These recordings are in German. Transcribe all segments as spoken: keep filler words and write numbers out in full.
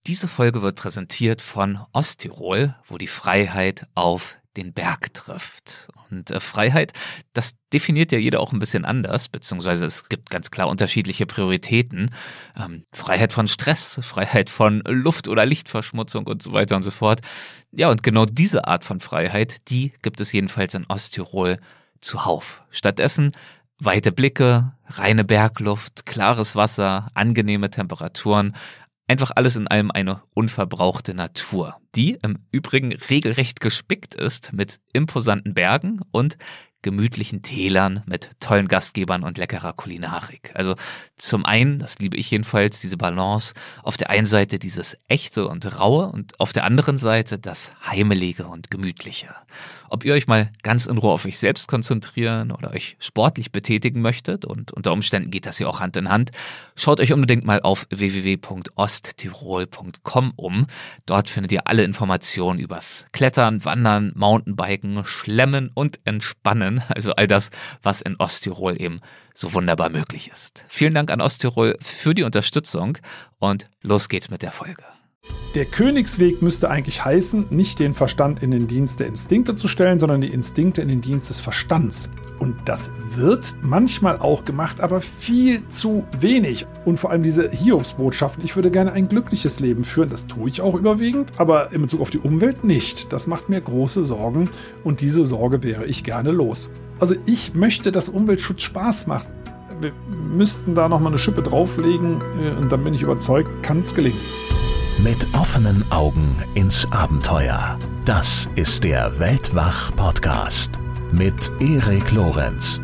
Diese Folge wird präsentiert von Osttirol, wo die Freiheit auf den Berg trifft. Und äh, Freiheit, das definiert ja jeder auch ein bisschen anders, beziehungsweise es gibt ganz klar unterschiedliche Prioritäten. Ähm, Freiheit von Stress, Freiheit von Luft- oder Lichtverschmutzung und so weiter und so fort. Ja, und genau diese Art von Freiheit, die gibt es jedenfalls in Osttirol zuhauf. Stattdessen weite Blicke, reine Bergluft, klares Wasser, angenehme Temperaturen. Einfach alles in allem eine unverbrauchte Natur, die im Übrigen regelrecht gespickt ist mit imposanten Bergen und gemütlichen Tälern mit tollen Gastgebern und leckerer Kulinarik. Also zum einen, das liebe ich jedenfalls, diese Balance, auf der einen Seite dieses Echte und Raue und auf der anderen Seite das Heimelige und Gemütliche. Ob ihr euch mal ganz in Ruhe auf euch selbst konzentrieren oder euch sportlich betätigen möchtet, und unter Umständen geht das ja auch Hand in Hand, schaut euch unbedingt mal auf w w w punkt osttirol punkt com um. Dort findet ihr alle Informationen übers Klettern, Wandern, Mountainbiken, Schlemmen und Entspannen. Also all das, was in Osttirol eben so wunderbar möglich ist. Vielen Dank an Osttirol für die Unterstützung und los geht's mit der Folge. Der Königsweg müsste eigentlich heißen, nicht den Verstand in den Dienst der Instinkte zu stellen, sondern die Instinkte in den Dienst des Verstands. Und das wird manchmal auch gemacht, aber viel zu wenig. Und vor allem diese Hiobsbotschaften, ich würde gerne ein glückliches Leben führen, das tue ich auch überwiegend, aber in Bezug auf die Umwelt nicht. Das macht mir große Sorgen und diese Sorge wäre ich gerne los. Also ich möchte, dass Umweltschutz Spaß macht. Wir müssten da nochmal eine Schippe drauflegen und dann bin ich überzeugt, kann es gelingen. Mit offenen Augen ins Abenteuer. Das ist der Weltwach-Podcast mit Erik Lorenz.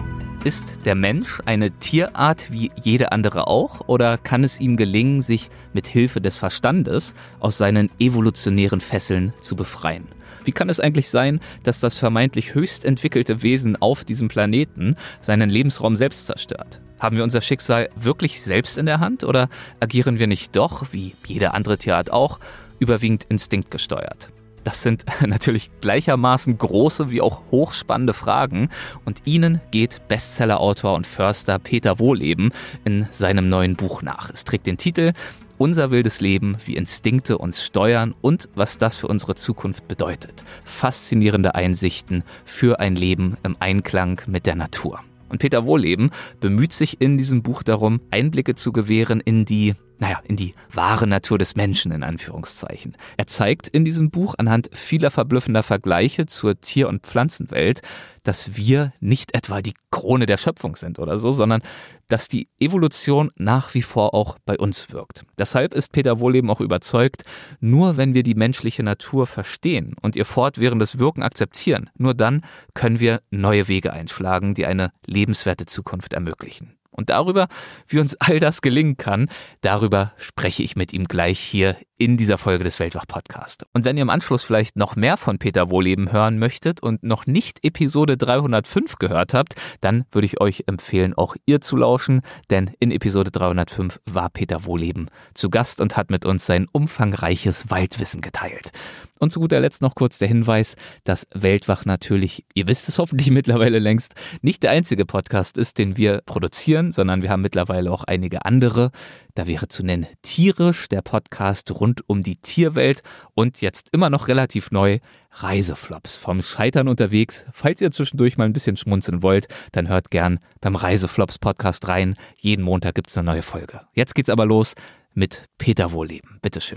Ist der Mensch eine Tierart wie jede andere auch, oder kann es ihm gelingen, sich mit Hilfe des Verstandes aus seinen evolutionären Fesseln zu befreien? Wie kann es eigentlich sein, dass das vermeintlich höchst entwickelte Wesen auf diesem Planeten seinen Lebensraum selbst zerstört? Haben wir unser Schicksal wirklich selbst in der Hand oder agieren wir nicht doch, wie jede andere Tierart auch, überwiegend instinktgesteuert? Das sind natürlich gleichermaßen große wie auch hochspannende Fragen und ihnen geht Bestsellerautor und Förster Peter Wohlleben in seinem neuen Buch nach. Es trägt den Titel Unser wildes Leben, wie Instinkte uns steuern und was das für unsere Zukunft bedeutet. Faszinierende Einsichten für ein Leben im Einklang mit der Natur. Und Peter Wohlleben bemüht sich in diesem Buch darum, Einblicke zu gewähren in die, naja, in die wahre Natur des Menschen, in Anführungszeichen. Er zeigt in diesem Buch anhand vieler verblüffender Vergleiche zur Tier- und Pflanzenwelt, dass wir nicht etwa die Krone der Schöpfung sind oder so, sondern dass die Evolution nach wie vor auch bei uns wirkt. Deshalb ist Peter Wohlleben auch überzeugt, nur wenn wir die menschliche Natur verstehen und ihr fortwährendes Wirken akzeptieren, nur dann können wir neue Wege einschlagen, die eine lebenswerte Zukunft ermöglichen. Und darüber, wie uns all das gelingen kann, darüber spreche ich mit ihm gleich hier in dieser Folge des Weltwach-Podcasts. Und wenn ihr im Anschluss vielleicht noch mehr von Peter Wohlleben hören möchtet und noch nicht Episode dreihundertfünf gehört habt, dann würde ich euch empfehlen, auch ihr zu lauschen, denn in Episode dreihundertfünf war Peter Wohlleben zu Gast und hat mit uns sein umfangreiches Waldwissen geteilt. Und zu guter Letzt noch kurz der Hinweis, dass Weltwach natürlich, ihr wisst es hoffentlich mittlerweile längst, nicht der einzige Podcast ist, den wir produzieren, sondern wir haben mittlerweile auch einige andere. Da wäre zu nennen Tierisch, der Podcast rund um die Tierwelt und jetzt immer noch relativ neu Reiseflops vom Scheitern unterwegs. Falls ihr zwischendurch mal ein bisschen schmunzeln wollt, dann hört gern beim Reiseflops Podcast rein. Jeden Montag gibt es eine neue Folge. Jetzt geht's aber los mit Peter Wohlleben. Bitteschön.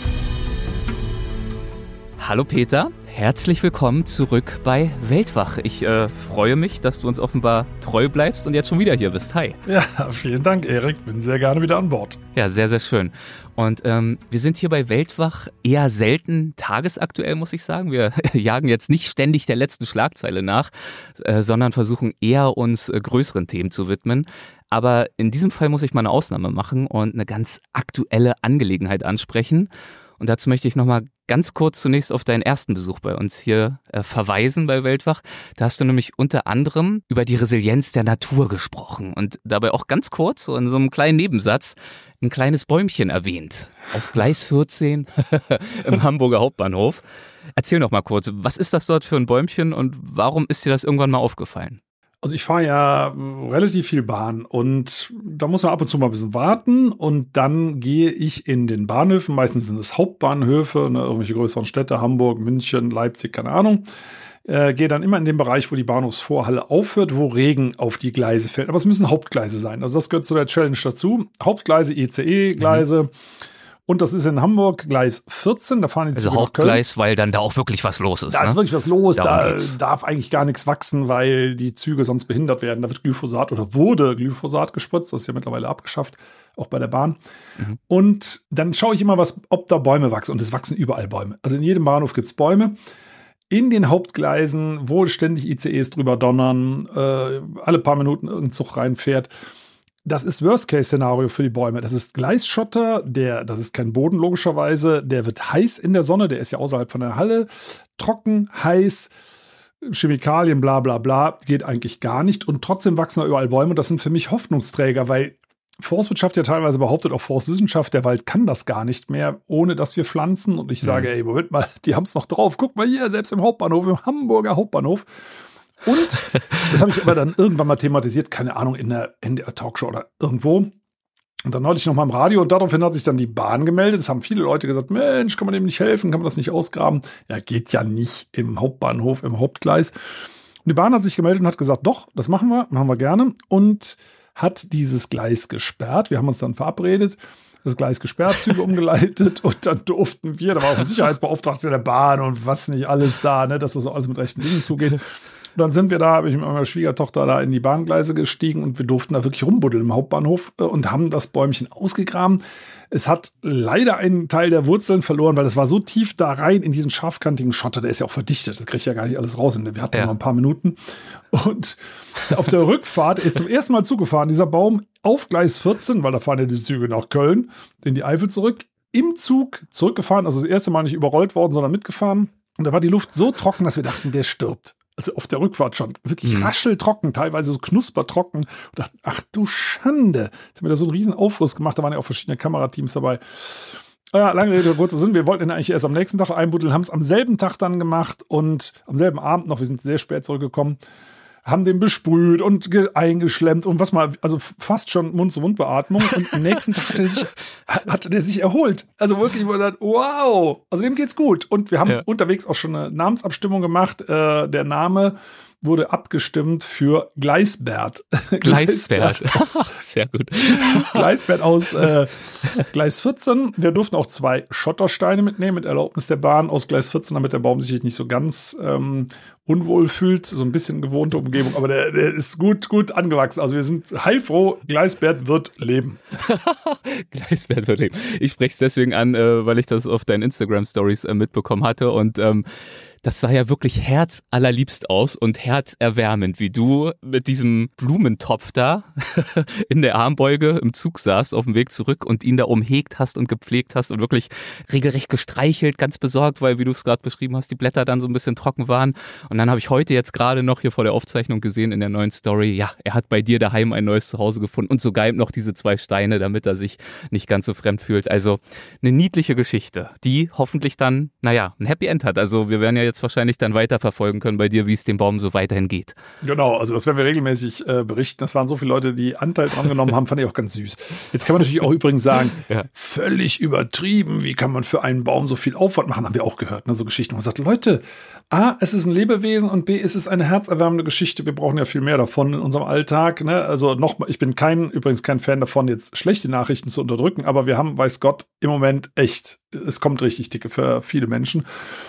Hallo Peter, herzlich willkommen zurück bei Weltwach. Ich äh, freue mich, dass du uns offenbar treu bleibst und jetzt schon wieder hier bist. Hi. Ja, vielen Dank, Erik. Bin sehr gerne wieder an Bord. Ja, sehr, sehr schön. Und ähm, wir sind hier bei Weltwach eher selten tagesaktuell, muss ich sagen. Wir jagen jetzt nicht ständig der letzten Schlagzeile nach, äh, sondern versuchen eher uns äh, größeren Themen zu widmen. Aber in diesem Fall muss ich mal eine Ausnahme machen und eine ganz aktuelle Angelegenheit ansprechen. Und dazu möchte ich nochmal ganz kurz zunächst auf deinen ersten Besuch bei uns hier äh, verweisen bei Weltwach. Da hast du nämlich unter anderem über die Resilienz der Natur gesprochen und dabei auch ganz kurz, so in so einem kleinen Nebensatz, ein kleines Bäumchen erwähnt. Auf Gleis vierzehn im Hamburger Hauptbahnhof. Erzähl noch mal kurz, was ist das dort für ein Bäumchen und warum ist dir das irgendwann mal aufgefallen? Also ich fahre ja relativ viel Bahn und da muss man ab und zu mal ein bisschen warten und dann gehe ich in den Bahnhöfen, meistens sind es Hauptbahnhöfe, ne, irgendwelche größeren Städte, Hamburg, München, Leipzig, keine Ahnung. Äh, gehe dann immer in den Bereich, wo die Bahnhofsvorhalle aufhört, wo Regen auf die Gleise fällt. Aber es müssen Hauptgleise sein. Also das gehört zu der Challenge dazu. Hauptgleise, I C E-Gleise. Mhm. Und das ist in Hamburg Gleis vierzehn. Da fahren die also Züge nach Köln. Hauptgleis, weil dann da auch wirklich was los ist. Da ne? ist wirklich was los. Darum da geht's. Darf eigentlich gar nichts wachsen, weil die Züge sonst behindert werden. Da wird Glyphosat oder wurde Glyphosat gespritzt. Das ist ja mittlerweile abgeschafft, auch bei der Bahn. Mhm. Und dann schaue ich immer, was, ob da Bäume wachsen. Und es wachsen überall Bäume. Also in jedem Bahnhof gibt es Bäume. In den Hauptgleisen, wo ständig I C Es drüber donnern, äh, alle paar Minuten irgendein Zug reinfährt. Das ist Worst-Case-Szenario für die Bäume. Das ist Gleisschotter, der, das ist kein Boden logischerweise, der wird heiß in der Sonne, der ist ja außerhalb von der Halle. Trocken, heiß, Chemikalien, bla bla bla, geht eigentlich gar nicht. Und trotzdem wachsen da überall Bäume. Und das sind für mich Hoffnungsträger, weil Forstwirtschaft ja teilweise behauptet, auch Forstwissenschaft, der Wald kann das gar nicht mehr, ohne dass wir pflanzen. Und ich sage, mhm. ey, Moment mal, die haben es noch drauf. Guck mal hier, selbst im Hauptbahnhof, im Hamburger Hauptbahnhof. Und das habe ich aber dann irgendwann mal thematisiert, keine Ahnung, in der N D R-Talkshow oder irgendwo. Und dann neulich noch mal im Radio und daraufhin hat sich dann die Bahn gemeldet. Es haben viele Leute gesagt, Mensch, kann man dem nicht helfen, kann man das nicht ausgraben? Ja, geht ja nicht im Hauptbahnhof, im Hauptgleis. Und die Bahn hat sich gemeldet und hat gesagt, doch, das machen wir, machen wir gerne. Und hat dieses Gleis gesperrt. Wir haben uns dann verabredet, das Gleis gesperrt, Züge umgeleitet und dann durften wir, da war auch ein Sicherheitsbeauftragter der Bahn und was nicht alles da, ne, dass das alles mit rechten Dingen zugeht. Und dann sind wir da, habe ich mit meiner Schwiegertochter da in die Bahngleise gestiegen und wir durften da wirklich rumbuddeln im Hauptbahnhof und haben das Bäumchen ausgegraben. Es hat leider einen Teil der Wurzeln verloren, weil es war so tief da rein in diesen scharfkantigen Schotter, der ist ja auch verdichtet, das kriege ich ja gar nicht alles raus. Wir hatten ja noch ein paar Minuten. Und auf der Rückfahrt ist zum ersten Mal zugefahren, dieser Baum auf Gleis vierzehn, weil da fahren ja die Züge nach Köln, in die Eifel zurück, im Zug zurückgefahren, also das erste Mal nicht überrollt worden, sondern mitgefahren. Und da war die Luft so trocken, dass wir dachten, der stirbt. Also auf der Rückfahrt schon wirklich mhm. rascheltrocken, teilweise so knuspertrocken. Und dachte, ach du Schande. Jetzt haben wir da so einen riesen Aufriss gemacht, da waren ja auch verschiedene Kamerateams dabei. Ja, lange Rede, kurzer Sinn, wir wollten ihn eigentlich erst am nächsten Tag einbuddeln, haben es am selben Tag dann gemacht und am selben Abend noch, wir sind sehr spät zurückgekommen, haben den besprüht und ge- eingeschlemmt und was mal, also fast schon Mund-zu-Mund-Beatmung. Und am nächsten Tag hat er sich, hat er sich erholt. Also wirklich, wo er sagt, wow, also dem geht's gut. Und wir haben ja. unterwegs auch schon eine Namensabstimmung gemacht. Äh, der Name wurde abgestimmt für Gleisbert. Gleisbert. Sehr gut. Gleisbert aus äh, Gleis vierzehn. Wir durften auch zwei Schottersteine mitnehmen, mit Erlaubnis der Bahn aus Gleis vierzehn, damit der Baum sich nicht so ganz ähm, unwohl fühlt. So ein bisschen gewohnte Umgebung, aber der, der ist gut, gut angewachsen. Also wir sind heilfroh, Gleisbert wird leben. Gleisbert wird leben. Ich spreche es deswegen an, äh, weil ich das auf deinen Instagram-Stories äh, mitbekommen hatte und ähm, das sah ja wirklich herzallerliebst aus und herzerwärmend, wie du mit diesem Blumentopf da in der Armbeuge im Zug saßt auf dem Weg zurück und ihn da umhegt hast und gepflegt hast und wirklich regelrecht gestreichelt, ganz besorgt, weil, wie du es gerade beschrieben hast, die Blätter dann so ein bisschen trocken waren. Und dann habe ich heute jetzt gerade noch hier vor der Aufzeichnung gesehen in der neuen Story, ja, er hat bei dir daheim ein neues Zuhause gefunden und sogar eben noch diese zwei Steine, damit er sich nicht ganz so fremd fühlt. Also eine niedliche Geschichte, die hoffentlich dann, naja, ein Happy End hat. Also wir werden ja jetzt wahrscheinlich dann weiterverfolgen können bei dir, wie es dem Baum so weiterhin geht. Genau, also das werden wir regelmäßig äh, berichten. Das waren so viele Leute, die Anteil dran genommen haben, fand ich auch ganz süß. Jetzt kann man natürlich auch übrigens sagen, ja. völlig übertrieben, wie kann man für einen Baum so viel Aufwand machen, haben wir auch gehört, ne, so Geschichten. Man sagt, Leute, A, es ist ein Lebewesen und B, es ist eine herzerwärmende Geschichte. Wir brauchen ja viel mehr davon in unserem Alltag. Ne? Also nochmal, ich bin kein, übrigens kein Fan davon, jetzt schlechte Nachrichten zu unterdrücken, aber wir haben, weiß Gott, im Moment echt, es kommt richtig dicke für viele Menschen.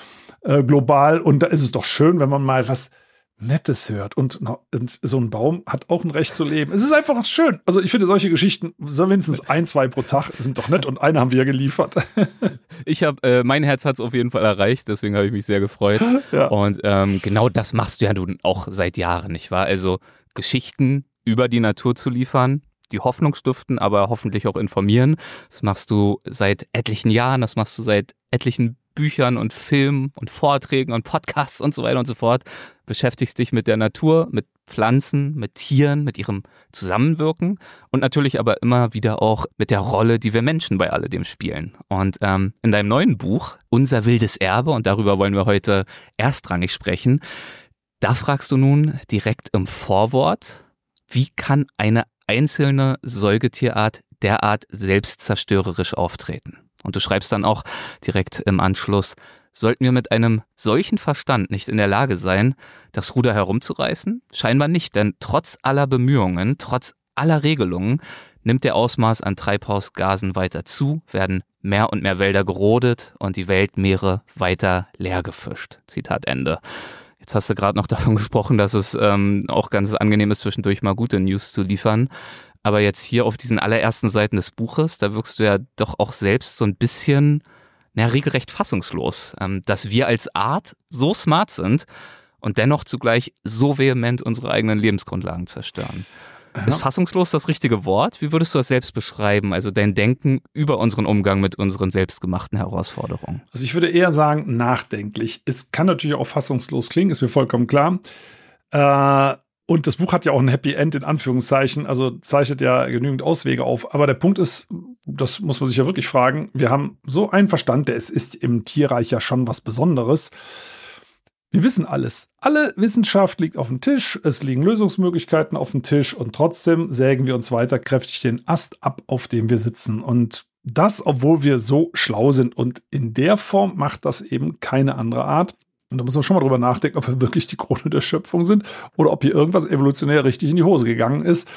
Global und da ist es doch schön, wenn man mal was Nettes hört und, und so ein Baum hat auch ein Recht zu leben. Es ist einfach schön. Also ich finde solche Geschichten, so mindestens ein, zwei pro Tag sind doch nett und eine haben wir geliefert. Ich habe, äh, mein Herz hat es auf jeden Fall erreicht, deswegen habe ich mich sehr gefreut. Ja. Und ähm, genau das machst du ja nun auch seit Jahren, nicht wahr? Also Geschichten über die Natur zu liefern, die Hoffnung stiften, aber hoffentlich auch informieren. Das machst du seit etlichen Jahren, das machst du seit etlichen Büchern und Filmen und Vorträgen und Podcasts und so weiter und so fort. Beschäftigst dich mit der Natur, mit Pflanzen, mit Tieren, mit ihrem Zusammenwirken und natürlich aber immer wieder auch mit der Rolle, die wir Menschen bei alledem spielen. Und ähm, in deinem neuen Buch, Unser wildes Erbe, und darüber wollen wir heute erstrangig sprechen, Da fragst du nun direkt im Vorwort, wie kann eine einzelne Säugetierart derart selbstzerstörerisch auftreten? Und du schreibst dann auch direkt im Anschluss, sollten wir mit einem solchen Verstand nicht in der Lage sein, das Ruder herumzureißen? Scheinbar nicht, denn trotz aller Bemühungen, trotz aller Regelungen nimmt der Ausmaß an Treibhausgasen weiter zu, werden mehr und mehr Wälder gerodet und die Weltmeere weiter leer gefischt. Zitat Ende. Jetzt hast du gerade noch davon gesprochen, dass es ähm, auch ganz angenehm ist, zwischendurch mal gute News zu liefern. Aber jetzt hier auf diesen allerersten Seiten des Buches, da wirkst du ja doch auch selbst so ein bisschen, na, regelrecht fassungslos, ähm, dass wir als Art so smart sind und dennoch zugleich so vehement unsere eigenen Lebensgrundlagen zerstören. Ja. Ist fassungslos das richtige Wort? Wie würdest du das selbst beschreiben? Also dein Denken über unseren Umgang mit unseren selbstgemachten Herausforderungen. Also ich würde eher sagen, nachdenklich. Es kann natürlich auch fassungslos klingen, ist mir vollkommen klar. Äh, und das Buch hat ja auch ein Happy End in Anführungszeichen, also zeichnet ja genügend Auswege auf. Aber der Punkt ist, das muss man sich ja wirklich fragen, wir haben so einen Verstand, der es ist im Tierreich ja schon was Besonderes. Wir wissen alles. Alle Wissenschaft liegt auf dem Tisch, es liegen Lösungsmöglichkeiten auf dem Tisch und trotzdem sägen wir uns weiter kräftig den Ast ab, auf dem wir sitzen. Und das, obwohl wir so schlau sind. Und in der Form macht das eben keine andere Art. Und da muss man schon mal drüber nachdenken, ob wir wirklich die Krone der Schöpfung sind oder ob hier irgendwas evolutionär richtig in die Hose gegangen ist.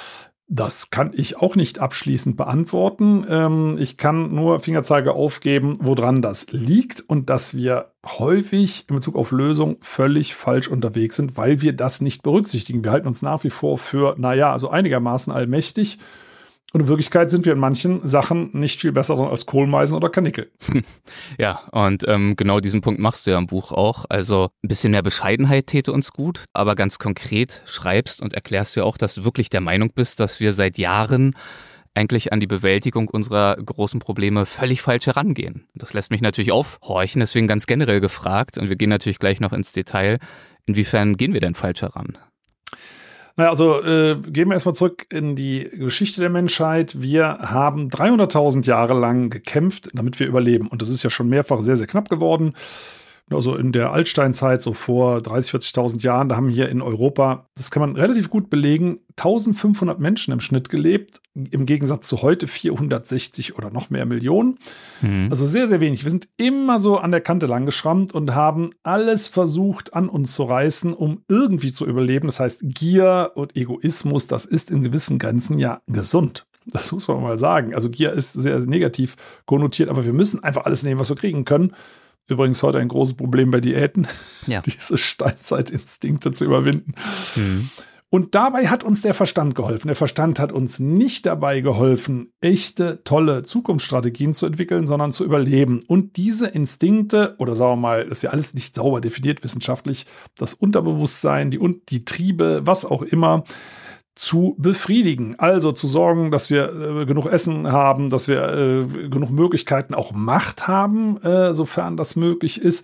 Das kann ich auch nicht abschließend beantworten. Ähm, ich kann nur Fingerzeige aufgeben, woran das liegt und dass wir häufig in Bezug auf Lösung völlig falsch unterwegs sind, weil wir das nicht berücksichtigen. Wir halten uns nach wie vor für, naja, also einigermaßen allmächtig. Und in Wirklichkeit sind wir in manchen Sachen nicht viel besser als Kohlmeisen oder Karnickel. Ja, und ähm, genau diesen Punkt machst du ja im Buch auch. Also ein bisschen mehr Bescheidenheit täte uns gut, aber ganz konkret schreibst und erklärst du ja auch, dass du wirklich der Meinung bist, dass wir seit Jahren eigentlich an die Bewältigung unserer großen Probleme völlig falsch herangehen. Das lässt mich natürlich aufhorchen, deswegen ganz generell gefragt, und wir gehen natürlich gleich noch ins Detail, inwiefern gehen wir denn falsch heran? Naja, also äh, gehen wir erstmal zurück in die Geschichte der Menschheit. Wir haben dreihunderttausend Jahre lang gekämpft, damit wir überleben. Und das ist ja schon mehrfach sehr, sehr knapp geworden. Also in der Altsteinzeit, so vor dreißigtausend, vierzigtausend Jahren, da haben hier in Europa, das kann man relativ gut belegen, eintausendfünfhundert Menschen im Schnitt gelebt, im Gegensatz zu heute vierhundertsechzig oder noch mehr Millionen. Mhm. Also sehr, sehr wenig. Wir sind immer so an der Kante lang geschrammt und haben alles versucht, an uns zu reißen, um irgendwie zu überleben. Das heißt, Gier und Egoismus, das ist in gewissen Grenzen ja gesund. Das muss man mal sagen. Also Gier ist sehr, sehr negativ konnotiert, aber wir müssen einfach alles nehmen, was wir kriegen können. Übrigens heute ein großes Problem bei Diäten, ja. Diese Steinzeitinstinkte zu überwinden. Mhm. Und dabei hat uns der Verstand geholfen. Der Verstand hat uns nicht dabei geholfen, echte, tolle Zukunftsstrategien zu entwickeln, sondern zu überleben. Und diese Instinkte, oder sagen wir mal, das ist ja alles nicht sauber definiert wissenschaftlich, das Unterbewusstsein, die, die Triebe, was auch immer, zu befriedigen. Also zu sorgen, dass wir äh, genug Essen haben, dass wir äh, genug Möglichkeiten, auch Macht haben, äh, sofern das möglich ist.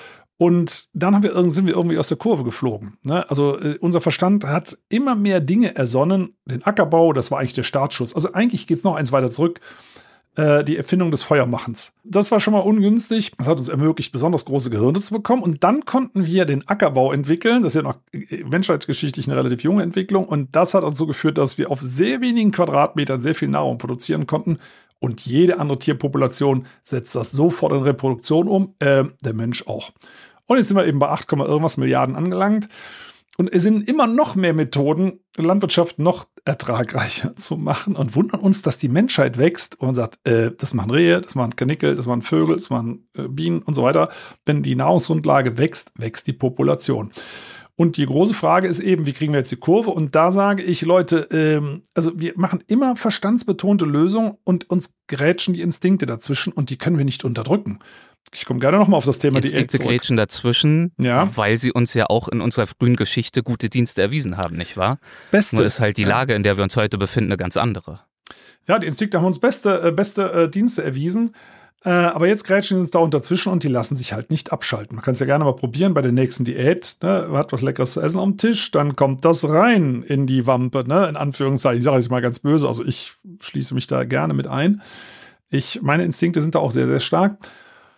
Und dann haben wir, sind wir irgendwie aus der Kurve geflogen. Ne? Also äh, unser Verstand hat immer mehr Dinge ersonnen. Den Ackerbau, das war eigentlich der Startschuss. Also eigentlich geht es noch eins weiter zurück. Die Erfindung des Feuermachens. Das war schon mal ungünstig. Das hat uns ermöglicht, besonders große Gehirne zu bekommen. Und dann konnten wir den Ackerbau entwickeln. Das ist ja noch menschheitsgeschichtlich eine relativ junge Entwicklung. Und das hat dazu geführt, dass wir auf sehr wenigen Quadratmetern sehr viel Nahrung produzieren konnten. Und jede andere Tierpopulation setzt das sofort in Reproduktion um. Äh, der Mensch auch. Und jetzt sind wir eben bei acht, irgendwas Milliarden angelangt. Und es sind immer noch mehr Methoden, Landwirtschaft noch ertragreicher zu machen, und wundern uns, dass die Menschheit wächst und sagt, äh, das machen Rehe, das machen Karnickel, das machen Vögel, das machen äh, Bienen und so weiter. Wenn die Nahrungsgrundlage wächst, wächst die Population. Und die große Frage ist eben, wie kriegen wir jetzt die Kurve? Und da sage ich, Leute, ähm, also wir machen immer verstandsbetonte Lösungen und uns grätschen die Instinkte dazwischen, und die können wir nicht unterdrücken. Ich komme gerne nochmal auf das Thema Diät zurück. Instinkte grätschen dazwischen, ja, weil sie uns ja auch in unserer frühen Geschichte gute Dienste erwiesen haben, nicht wahr? Beste. Nur ist halt die Lage, in der wir uns heute befinden, eine ganz andere. Ja, die Instinkte haben uns beste, äh, beste äh, Dienste erwiesen. Äh, aber jetzt grätschen sie uns da dazwischen, und die lassen sich halt nicht abschalten. Man kann es ja gerne mal probieren bei der nächsten Diät. Ne? Man hat was Leckeres zu essen am Tisch, dann kommt das rein in die Wampe, ne? In Anführungszeichen. Ich sage jetzt mal ganz böse, also ich schließe mich da gerne mit ein. Ich, meine Instinkte sind da auch sehr, sehr stark.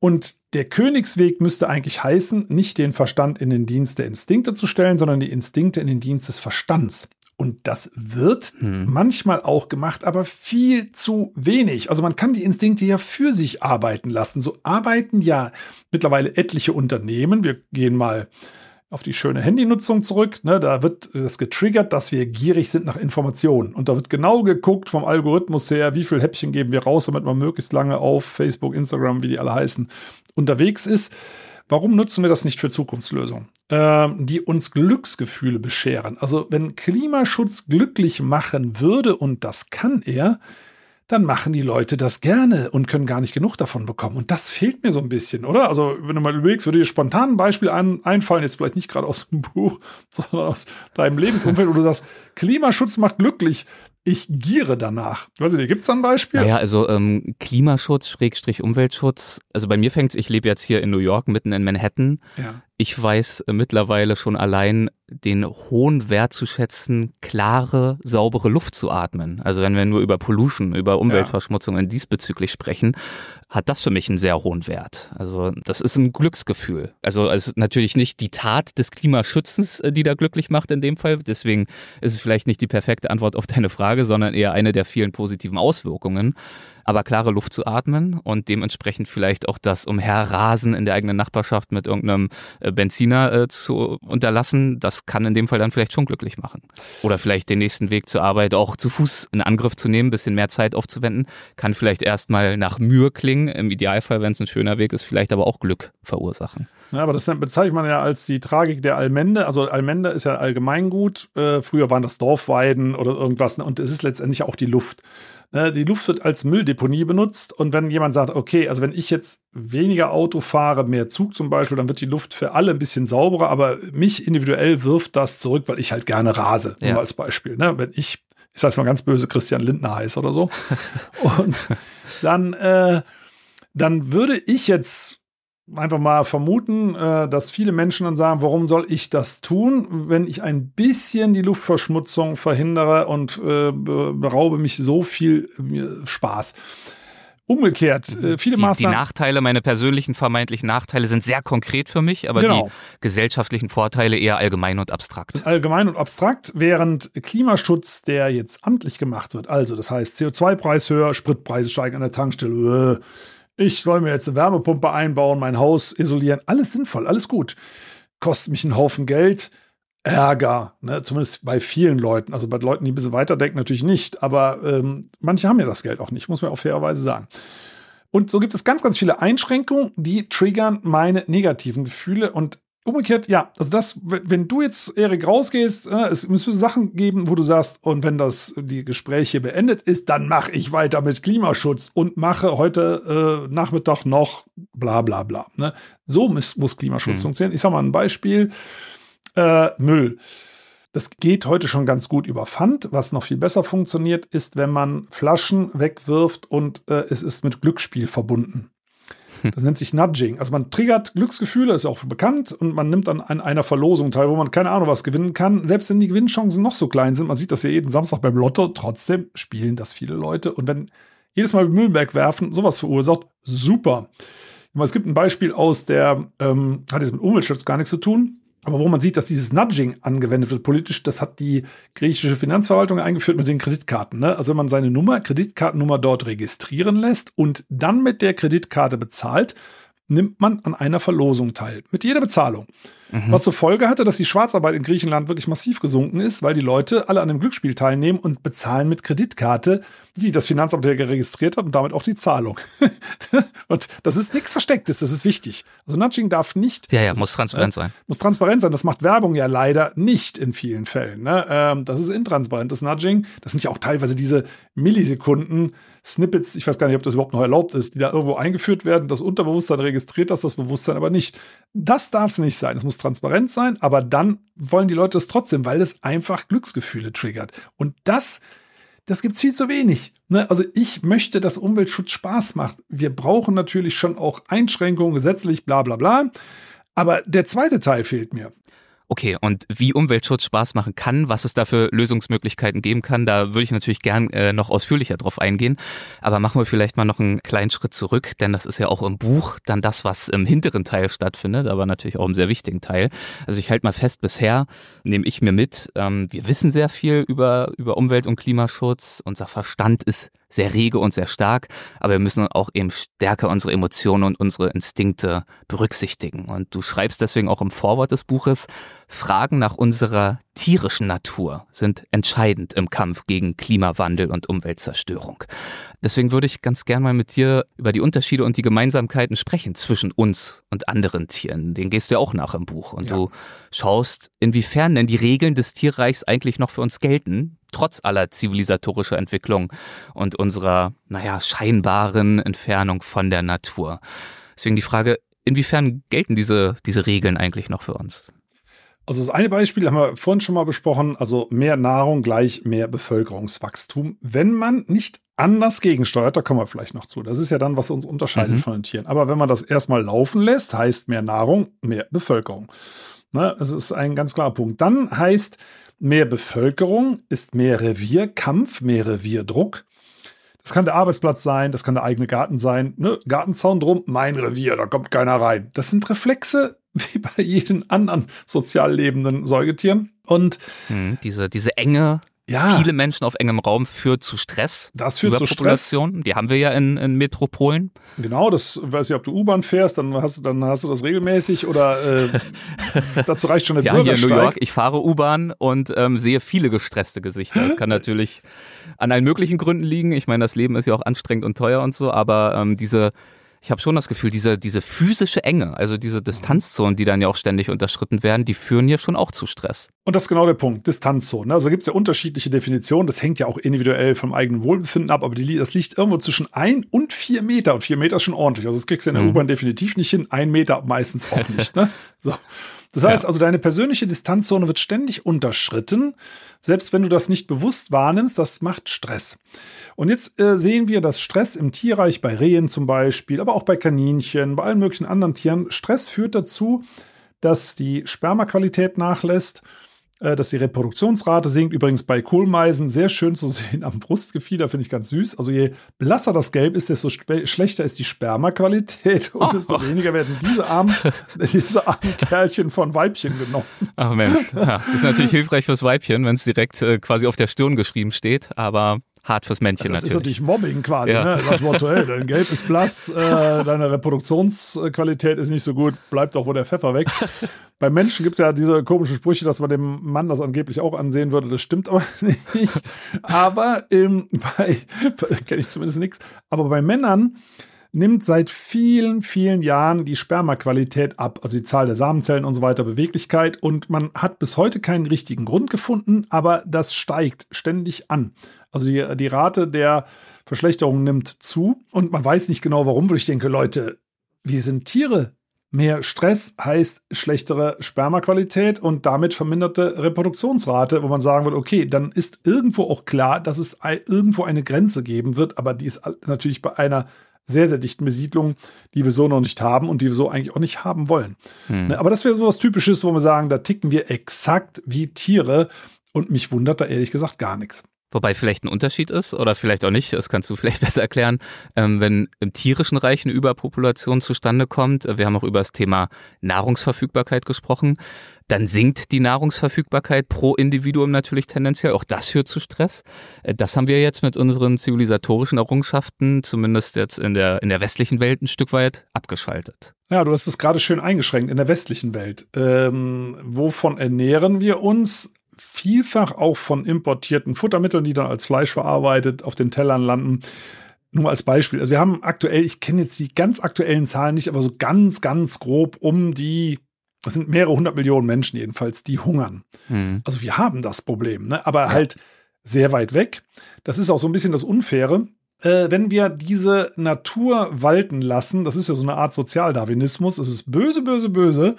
Und der Königsweg müsste eigentlich heißen, nicht den Verstand in den Dienst der Instinkte zu stellen, sondern die Instinkte in den Dienst des Verstands. Und das wird hm. manchmal auch gemacht, aber viel zu wenig. Also man kann die Instinkte ja für sich arbeiten lassen. So arbeiten ja mittlerweile etliche Unternehmen. Wir gehen mal auf die schöne Handynutzung zurück. Ne, da wird das getriggert, dass wir gierig sind nach Informationen. Und da wird genau geguckt vom Algorithmus her, wie viel Häppchen geben wir raus, damit man möglichst lange auf Facebook, Instagram, wie die alle heißen, unterwegs ist. Warum nutzen wir das nicht für Zukunftslösungen, ähm, die uns Glücksgefühle bescheren? Also wenn Klimaschutz glücklich machen würde, und das kann er, dann machen die Leute das gerne und können gar nicht genug davon bekommen. Und das fehlt mir so ein bisschen, oder? Also wenn du mal überlegst, würde dir spontan ein Beispiel ein, einfallen, jetzt vielleicht nicht gerade aus dem Buch, sondern aus deinem Lebensumfeld, wo du sagst, Klimaschutz macht glücklich. Ich giere danach. Weiß ich nicht, gibt es da ein Beispiel? Naja, also ähm, Klimaschutz, Schrägstrich Umweltschutz. Also bei mir fängt es, ich lebe jetzt hier in New York, mitten in Manhattan. Ja. Ich weiß äh, mittlerweile schon allein den hohen Wert zu schätzen, klare, saubere Luft zu atmen. Also wenn wir nur über Pollution, über Umweltverschmutzungen ja. diesbezüglich sprechen, hat das für mich einen sehr hohen Wert. Also das ist ein Glücksgefühl. Also es ist natürlich nicht die Tat des Klimaschützens, die da glücklich macht in dem Fall. Deswegen ist es vielleicht nicht die perfekte Antwort auf deine Frage, sondern eher eine der vielen positiven Auswirkungen. Aber klare Luft zu atmen und dementsprechend vielleicht auch das Umherrasen in der eigenen Nachbarschaft mit irgendeinem Benziner äh, zu unterlassen, das kann in dem Fall dann vielleicht schon glücklich machen. Oder vielleicht den nächsten Weg zur Arbeit auch zu Fuß in Angriff zu nehmen, ein bisschen mehr Zeit aufzuwenden, kann vielleicht erstmal nach Mühe klingen, im Idealfall, wenn es ein schöner Weg ist, vielleicht aber auch Glück verursachen. Ja, aber das bezeichnet man ja als die Tragik der Allmende. Also Allmende ist ja Allgemeingut. Äh, früher waren das Dorfweiden oder irgendwas. Und es ist letztendlich auch die Luft. Die Luft wird als Mülldeponie benutzt und wenn jemand sagt, okay, also wenn ich jetzt weniger Auto fahre, mehr Zug zum Beispiel, dann wird die Luft für alle ein bisschen sauberer, aber mich individuell wirft das zurück, weil ich halt gerne rase, ja. nur als Beispiel. Ne? Wenn ich, ich sag's mal ganz böse, Christian Lindner heiße oder so und dann, äh, dann würde ich jetzt einfach mal vermuten, dass viele Menschen dann sagen, warum soll ich das tun, wenn ich ein bisschen die Luftverschmutzung verhindere und äh, beraube mich so viel äh, Spaß. Umgekehrt, äh, viele die, Maßnahmen... Die Nachteile, meine persönlichen vermeintlichen Nachteile sind sehr konkret für mich, aber genau. die gesellschaftlichen Vorteile eher allgemein und abstrakt. Allgemein und abstrakt, während Klimaschutz, der jetzt amtlich gemacht wird, also das heißt C O zwei Preis höher, Spritpreise steigen an der Tankstelle, äh, ich soll mir jetzt eine Wärmepumpe einbauen, mein Haus isolieren. Alles sinnvoll, alles gut. Kostet mich einen Haufen Geld. Ärger, ne? Zumindest bei vielen Leuten. Also bei Leuten, die ein bisschen weiterdenken, natürlich nicht. Aber ähm, manche haben ja das Geld auch nicht, muss man auch fairerweise sagen. Und so gibt es ganz, ganz viele Einschränkungen, die triggern meine negativen Gefühle. Und umgekehrt, ja, also das, wenn du jetzt, Erik, rausgehst, äh, es müssen Sachen geben, wo du sagst, und wenn das die Gespräche beendet ist, dann mache ich weiter mit Klimaschutz und mache heute äh, Nachmittag noch bla bla bla. Ne? So muss, muss Klimaschutz mhm. funktionieren. Ich sag mal ein Beispiel, äh, Müll. Das geht heute schon ganz gut über Pfand. Was noch viel besser funktioniert, ist, wenn man Flaschen wegwirft und äh, es ist mit Glücksspiel verbunden. Das nennt sich Nudging. Also man triggert Glücksgefühle, ist auch bekannt, und man nimmt dann an einer Verlosung teil, wo man keine Ahnung was gewinnen kann. Selbst wenn die Gewinnchancen noch so klein sind, man sieht das ja jeden Samstag beim Lotto, trotzdem spielen das viele Leute. Und wenn jedes Mal Müll wegwerfen sowas verursacht, super. Es gibt ein Beispiel aus der, ähm, hat jetzt mit Umweltschutz gar nichts zu tun, aber wo man sieht, dass dieses Nudging angewendet wird politisch, das hat die griechische Finanzverwaltung eingeführt mit den Kreditkarten. Ne? Also wenn man seine Nummer, Kreditkartennummer dort registrieren lässt und dann mit der Kreditkarte bezahlt, nimmt man an einer Verlosung teil. Mit jeder Bezahlung. Mhm. Was zur Folge hatte, dass die Schwarzarbeit in Griechenland wirklich massiv gesunken ist, weil die Leute alle an dem Glücksspiel teilnehmen und bezahlen mit Kreditkarte, die das Finanzamt ja registriert hat und damit auch die Zahlung. Und das ist nichts Verstecktes, das ist wichtig. Also Nudging darf nicht... Ja, ja, muss transparent sein. Muss transparent sein. Das macht Werbung ja leider nicht in vielen Fällen. Ne? Ähm, das ist intransparentes Nudging. Das sind ja auch teilweise diese Millisekunden Snippets, ich weiß gar nicht, ob das überhaupt noch erlaubt ist, die da irgendwo eingeführt werden. Das Unterbewusstsein registriert das, das Bewusstsein aber nicht. Das darf es nicht sein. Es muss transparent sein, aber dann wollen die Leute es trotzdem, weil es einfach Glücksgefühle triggert. Und das, das gibt es viel zu wenig. Ne? Also ich möchte, dass Umweltschutz Spaß macht. Wir brauchen natürlich schon auch Einschränkungen, gesetzlich, bla bla bla. Aber der zweite Teil fehlt mir. Okay, und wie Umweltschutz Spaß machen kann, was es da für Lösungsmöglichkeiten geben kann, da würde ich natürlich gern äh, noch ausführlicher drauf eingehen. Aber machen wir vielleicht mal noch einen kleinen Schritt zurück, denn das ist ja auch im Buch dann das, was im hinteren Teil stattfindet, aber natürlich auch im sehr wichtigen Teil. Also ich halte mal fest, bisher nehme ich mir mit, ähm, wir wissen sehr viel über, über Umwelt- und Klimaschutz. Unser Verstand ist sehr rege und sehr stark, aber wir müssen auch eben stärker unsere Emotionen und unsere Instinkte berücksichtigen. Und du schreibst deswegen auch im Vorwort des Buches, Fragen nach unserer tierischen Natur sind entscheidend im Kampf gegen Klimawandel und Umweltzerstörung. Deswegen würde ich ganz gern mal mit dir über die Unterschiede und die Gemeinsamkeiten sprechen zwischen uns und anderen Tieren. Den gehst du ja auch nach im Buch. Und ja. du schaust, inwiefern denn die Regeln des Tierreichs eigentlich noch für uns gelten, trotz aller zivilisatorischer Entwicklung und unserer, naja, scheinbaren Entfernung von der Natur. Deswegen die Frage, inwiefern gelten diese, diese Regeln eigentlich noch für uns? Also das eine Beispiel haben wir vorhin schon mal besprochen, also mehr Nahrung gleich mehr Bevölkerungswachstum. Wenn man nicht anders gegensteuert, da kommen wir vielleicht noch zu. Das ist ja dann, was uns unterscheidet mhm. von den Tieren. Aber wenn man das erstmal laufen lässt, heißt mehr Nahrung, mehr Bevölkerung. Ne, das ist ein ganz klarer Punkt. Dann heißt mehr Bevölkerung ist mehr Revierkampf, mehr Revierdruck. Das kann der Arbeitsplatz sein, das kann der eigene Garten sein. Ne? Gartenzaun drum, mein Revier, da kommt keiner rein. Das sind Reflexe wie bei jedem anderen sozial lebenden Säugetieren. Und hm, diese, diese Enge, ja, viele Menschen auf engem Raum führt zu Stress. Das führt zu Stress. Die haben wir ja in, in Metropolen. Genau, das weiß ich, ob du U-Bahn fährst, dann hast du, dann hast du das regelmäßig oder äh, dazu reicht schon der ja, Bürgersteig. Hier in New York, ich fahre U-Bahn und ähm, sehe viele gestresste Gesichter. Das kann natürlich an allen möglichen Gründen liegen. Ich meine, das Leben ist ja auch anstrengend und teuer und so, aber ähm, diese Ich habe schon das Gefühl, diese, diese physische Enge, also diese Distanzzonen, die dann ja auch ständig unterschritten werden, die führen hier schon auch zu Stress. Und das ist genau der Punkt, Distanzzonen. Also gibt es ja unterschiedliche Definitionen, das hängt ja auch individuell vom eigenen Wohlbefinden ab, aber die, das liegt irgendwo zwischen ein und vier Meter. Und vier Meter ist schon ordentlich. Also das kriegst du in der mhm. U-Bahn definitiv nicht hin, ein Meter meistens auch nicht. Ne? So. Das heißt ja. also, deine persönliche Distanzzone wird ständig unterschritten, selbst wenn du das nicht bewusst wahrnimmst, das macht Stress. Und jetzt äh, sehen wir, dass Stress im Tierreich, bei Rehen zum Beispiel, aber auch bei Kaninchen, bei allen möglichen anderen Tieren, Stress führt dazu, dass die Spermaqualität nachlässt, äh, dass die Reproduktionsrate sinkt. Übrigens bei Kohlmeisen sehr schön zu sehen am Brustgefieder, finde ich ganz süß. Also je blasser das Gelb ist, desto spe- schlechter ist die Spermaqualität und oh, desto oh. weniger werden diese armen, diese armen Kerlchen von Weibchen genommen. Ach Mensch, ja, ist natürlich hilfreich fürs Weibchen, wenn es direkt äh, quasi auf der Stirn geschrieben steht, aber hart fürs Männchen das natürlich. Das ist natürlich Mobbing quasi, ja. ne? Das Motto, hey, dein Gelb ist blass, äh, deine Reproduktionsqualität ist nicht so gut, bleibt doch wohl der Pfeffer weg. Bei Menschen gibt es ja diese komischen Sprüche, dass man dem Mann das angeblich auch ansehen würde, das stimmt aber nicht. Aber ähm, bei, kenne ich zumindest nichts, aber bei Männern nimmt seit vielen, vielen Jahren die Spermaqualität ab, also die Zahl der Samenzellen und so weiter, Beweglichkeit, und man hat bis heute keinen richtigen Grund gefunden, aber das steigt ständig an. Also die, die Rate der Verschlechterung nimmt zu und man weiß nicht genau warum, weil ich denke, Leute, wir sind Tiere. Mehr Stress heißt schlechtere Spermaqualität und damit verminderte Reproduktionsrate, wo man sagen würde, okay, dann ist irgendwo auch klar, dass es irgendwo eine Grenze geben wird, aber die ist natürlich bei einer sehr, sehr dichten Besiedlung, die wir so noch nicht haben und die wir so eigentlich auch nicht haben wollen. Hm. Aber das wäre so was Typisches, wo wir sagen, da ticken wir exakt wie Tiere und mich wundert da ehrlich gesagt gar nichts. Wobei vielleicht ein Unterschied ist oder vielleicht auch nicht, das kannst du vielleicht besser erklären, ähm, wenn im tierischen Reich eine Überpopulation zustande kommt, wir haben auch über das Thema Nahrungsverfügbarkeit gesprochen, dann sinkt die Nahrungsverfügbarkeit pro Individuum natürlich tendenziell, auch das führt zu Stress. Das haben wir jetzt mit unseren zivilisatorischen Errungenschaften, zumindest jetzt in der, in der westlichen Welt, ein Stück weit abgeschaltet. Ja, du hast es gerade schön eingeschränkt, in der westlichen Welt. Ähm, wovon ernähren wir uns? Vielfach auch von importierten Futtermitteln, die dann als Fleisch verarbeitet auf den Tellern landen. Nur als Beispiel. Also wir haben aktuell, ich kenne jetzt die ganz aktuellen Zahlen nicht, aber so ganz, ganz grob um die, das sind mehrere hundert Millionen Menschen jedenfalls, die hungern. Hm. Also wir haben das Problem, ne? Aber ja. halt sehr weit weg. Das ist auch so ein bisschen das Unfaire. Äh, wenn wir diese Natur walten lassen, das ist ja so eine Art Sozialdarwinismus, es ist böse, böse, böse,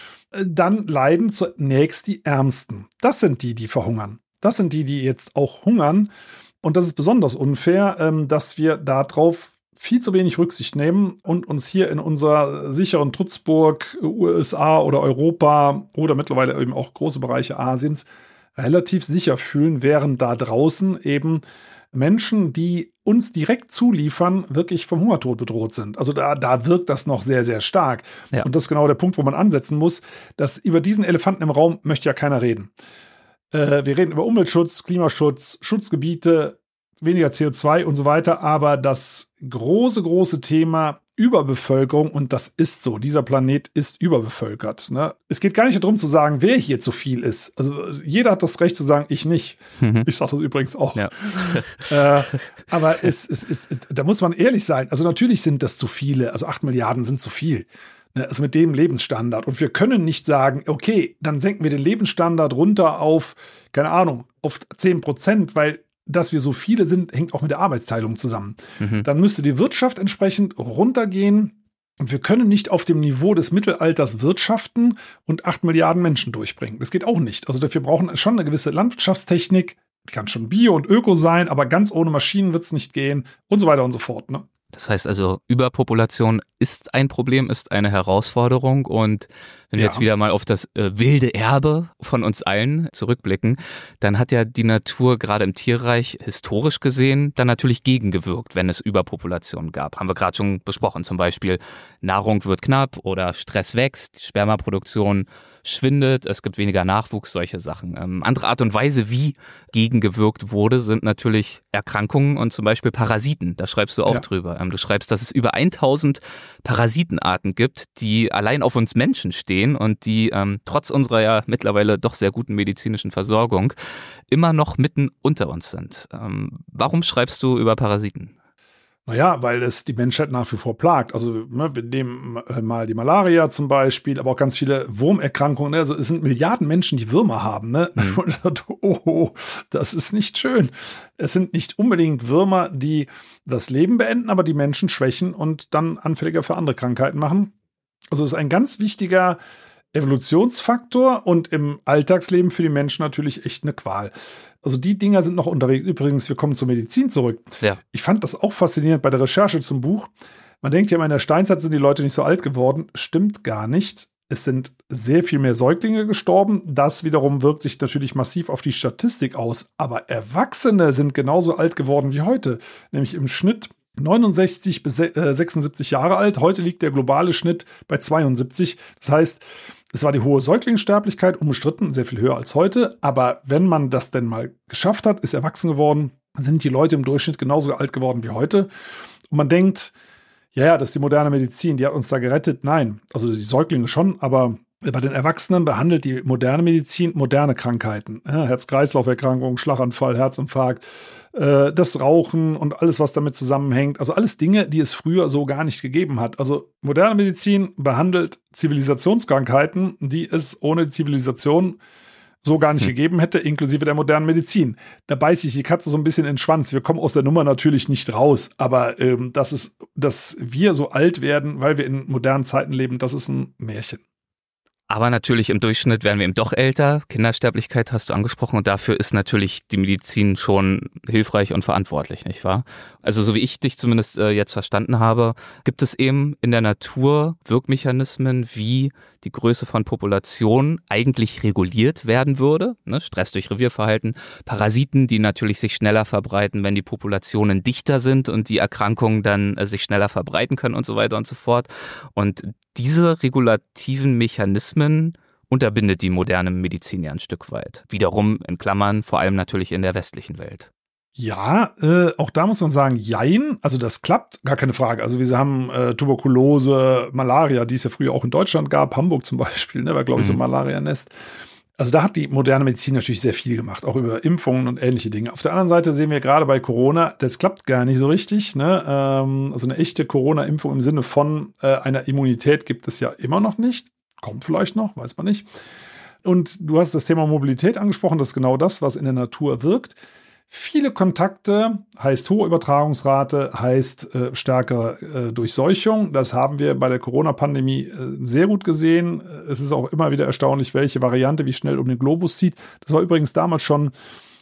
dann leiden zunächst die Ärmsten. Das sind die, die verhungern. Das sind die, die jetzt auch hungern. Und das ist besonders unfair, dass wir darauf viel zu wenig Rücksicht nehmen und uns hier in unserer sicheren Trutzburg U S A oder Europa oder mittlerweile eben auch große Bereiche Asiens relativ sicher fühlen, während da draußen eben Menschen, die uns direkt zuliefern, wirklich vom Hungertod bedroht sind. Also da, da wirkt das noch sehr, sehr stark. Ja. Und das ist genau der Punkt, wo man ansetzen muss, dass über diesen Elefanten im Raum möchte ja keiner reden. Äh, wir reden über Umweltschutz, Klimaschutz, Schutzgebiete, weniger C O zwei und so weiter, aber das große, große Thema Überbevölkerung, und das ist so, dieser Planet ist überbevölkert. Ne? Es geht gar nicht darum zu sagen, wer hier zu viel ist. Also jeder hat das Recht zu sagen, ich nicht. Mhm. Ich sage das übrigens auch. Ja. äh, aber es, es, es, es, da muss man ehrlich sein. Also natürlich sind das zu viele, also acht Milliarden sind zu viel. Ne? Also mit dem Lebensstandard. Und wir können nicht sagen, okay, dann senken wir den Lebensstandard runter auf, keine Ahnung, auf zehn Prozent, weil dass wir so viele sind, hängt auch mit der Arbeitsteilung zusammen. Mhm. Dann müsste die Wirtschaft entsprechend runtergehen und wir können nicht auf dem Niveau des Mittelalters wirtschaften und acht Milliarden Menschen durchbringen. Das geht auch nicht. Also dafür brauchen schon eine gewisse Landwirtschaftstechnik, die kann schon Bio und Öko sein, aber ganz ohne Maschinen wird es nicht gehen und so weiter und so fort. Ne? Das heißt also, Überpopulation ist ein Problem, ist eine Herausforderung, und wenn wir ja. jetzt wieder mal auf das äh, wilde Erbe von uns allen zurückblicken, dann hat ja die Natur gerade im Tierreich historisch gesehen dann natürlich gegengewirkt, wenn es Überpopulation gab. Haben wir gerade schon besprochen, zum Beispiel Nahrung wird knapp oder Stress wächst, die Spermaproduktion schwindet, es gibt weniger Nachwuchs, solche Sachen. Ähm, andere Art und Weise, wie gegengewirkt wurde, sind natürlich Erkrankungen und zum Beispiel Parasiten. Da schreibst du auch ja. drüber. Ähm, du schreibst, dass es über tausend Parasitenarten gibt, die allein auf uns Menschen stehen und die ähm, trotz unserer ja mittlerweile doch sehr guten medizinischen Versorgung immer noch mitten unter uns sind. Ähm, warum schreibst du über Parasiten? Naja, weil es die Menschheit nach wie vor plagt. Also ne, wir nehmen mal die Malaria zum Beispiel, aber auch ganz viele Wurmerkrankungen. Also es sind Milliarden Menschen, die Würmer haben. Ne? Mhm. Und, oh, das ist nicht schön. Es sind nicht unbedingt Würmer, die das Leben beenden, aber die Menschen schwächen und dann anfälliger für andere Krankheiten machen. Also es ist ein ganz wichtiger Evolutionsfaktor und im Alltagsleben für die Menschen natürlich echt eine Qual. Also die Dinger sind noch unterwegs. Übrigens, wir kommen zur Medizin zurück. Ja. Ich fand das auch faszinierend bei der Recherche zum Buch. Man denkt ja immer, in der Steinzeit sind die Leute nicht so alt geworden. Stimmt gar nicht. Es sind sehr viel mehr Säuglinge gestorben. Das wiederum wirkt sich natürlich massiv auf die Statistik aus. Aber Erwachsene sind genauso alt geworden wie heute. Nämlich im Schnitt neunundsechzig bis sechsundsiebzig Jahre alt. Heute liegt der globale Schnitt bei zweiundsiebzig. Das heißt, es war die hohe Säuglingssterblichkeit, unbestritten, sehr viel höher als heute. Aber wenn man das denn mal geschafft hat, ist erwachsen geworden, sind die Leute im Durchschnitt genauso alt geworden wie heute. Und man denkt, ja, ja, das ist die moderne Medizin, die hat uns da gerettet. Nein, also die Säuglinge schon, aber bei den Erwachsenen behandelt die moderne Medizin moderne Krankheiten. Ja, Herz-Kreislauf-Erkrankungen, Schlaganfall, Herzinfarkt, äh, das Rauchen und alles, was damit zusammenhängt. Also alles Dinge, die es früher so gar nicht gegeben hat. Also moderne Medizin behandelt Zivilisationskrankheiten, die es ohne Zivilisation so gar nicht hm. gegeben hätte, inklusive der modernen Medizin. Da beißt sich die Katze so ein bisschen in den Schwanz. Wir kommen aus der Nummer natürlich nicht raus, aber ähm, dass, es, dass wir so alt werden, weil wir in modernen Zeiten leben, das ist ein Märchen. Aber natürlich im Durchschnitt werden wir eben doch älter. Kindersterblichkeit hast du angesprochen und dafür ist natürlich die Medizin schon hilfreich und verantwortlich, nicht wahr? Also so wie ich dich zumindest äh, jetzt verstanden habe, gibt es eben in der Natur Wirkmechanismen, wie die Größe von Populationen eigentlich reguliert werden würde. Ne? Stress durch Revierverhalten, Parasiten, die natürlich sich schneller verbreiten, wenn die Populationen dichter sind und die Erkrankungen dann äh, sich schneller verbreiten können und so weiter und so fort. Und diese regulativen Mechanismen unterbindet die moderne Medizin ja ein Stück weit. Wiederum in Klammern, vor allem natürlich in der westlichen Welt. Ja, äh, auch da muss man sagen, jein, also das klappt, gar keine Frage. Also wir haben äh, Tuberkulose, Malaria, die es ja früher auch in Deutschland gab, Hamburg zum Beispiel, ne, war glaube ich mhm. so ein Malarianest. Also da hat die moderne Medizin natürlich sehr viel gemacht, auch über Impfungen und ähnliche Dinge. Auf der anderen Seite sehen wir gerade bei Corona, das klappt gar nicht so richtig. Ne? Ähm, also eine echte Corona-Impfung im Sinne von äh, einer Immunität gibt es ja immer noch nicht. Kommt vielleicht noch, weiß man nicht. Und du hast das Thema Mobilität angesprochen, das ist genau das, was in der Natur wirkt. Viele Kontakte heißt hohe Übertragungsrate, heißt äh, stärkere äh, Durchseuchung. Das haben wir bei der Corona-Pandemie äh, sehr gut gesehen. Es ist auch immer wieder erstaunlich, welche Variante wie schnell um den Globus zieht. Das war übrigens damals schon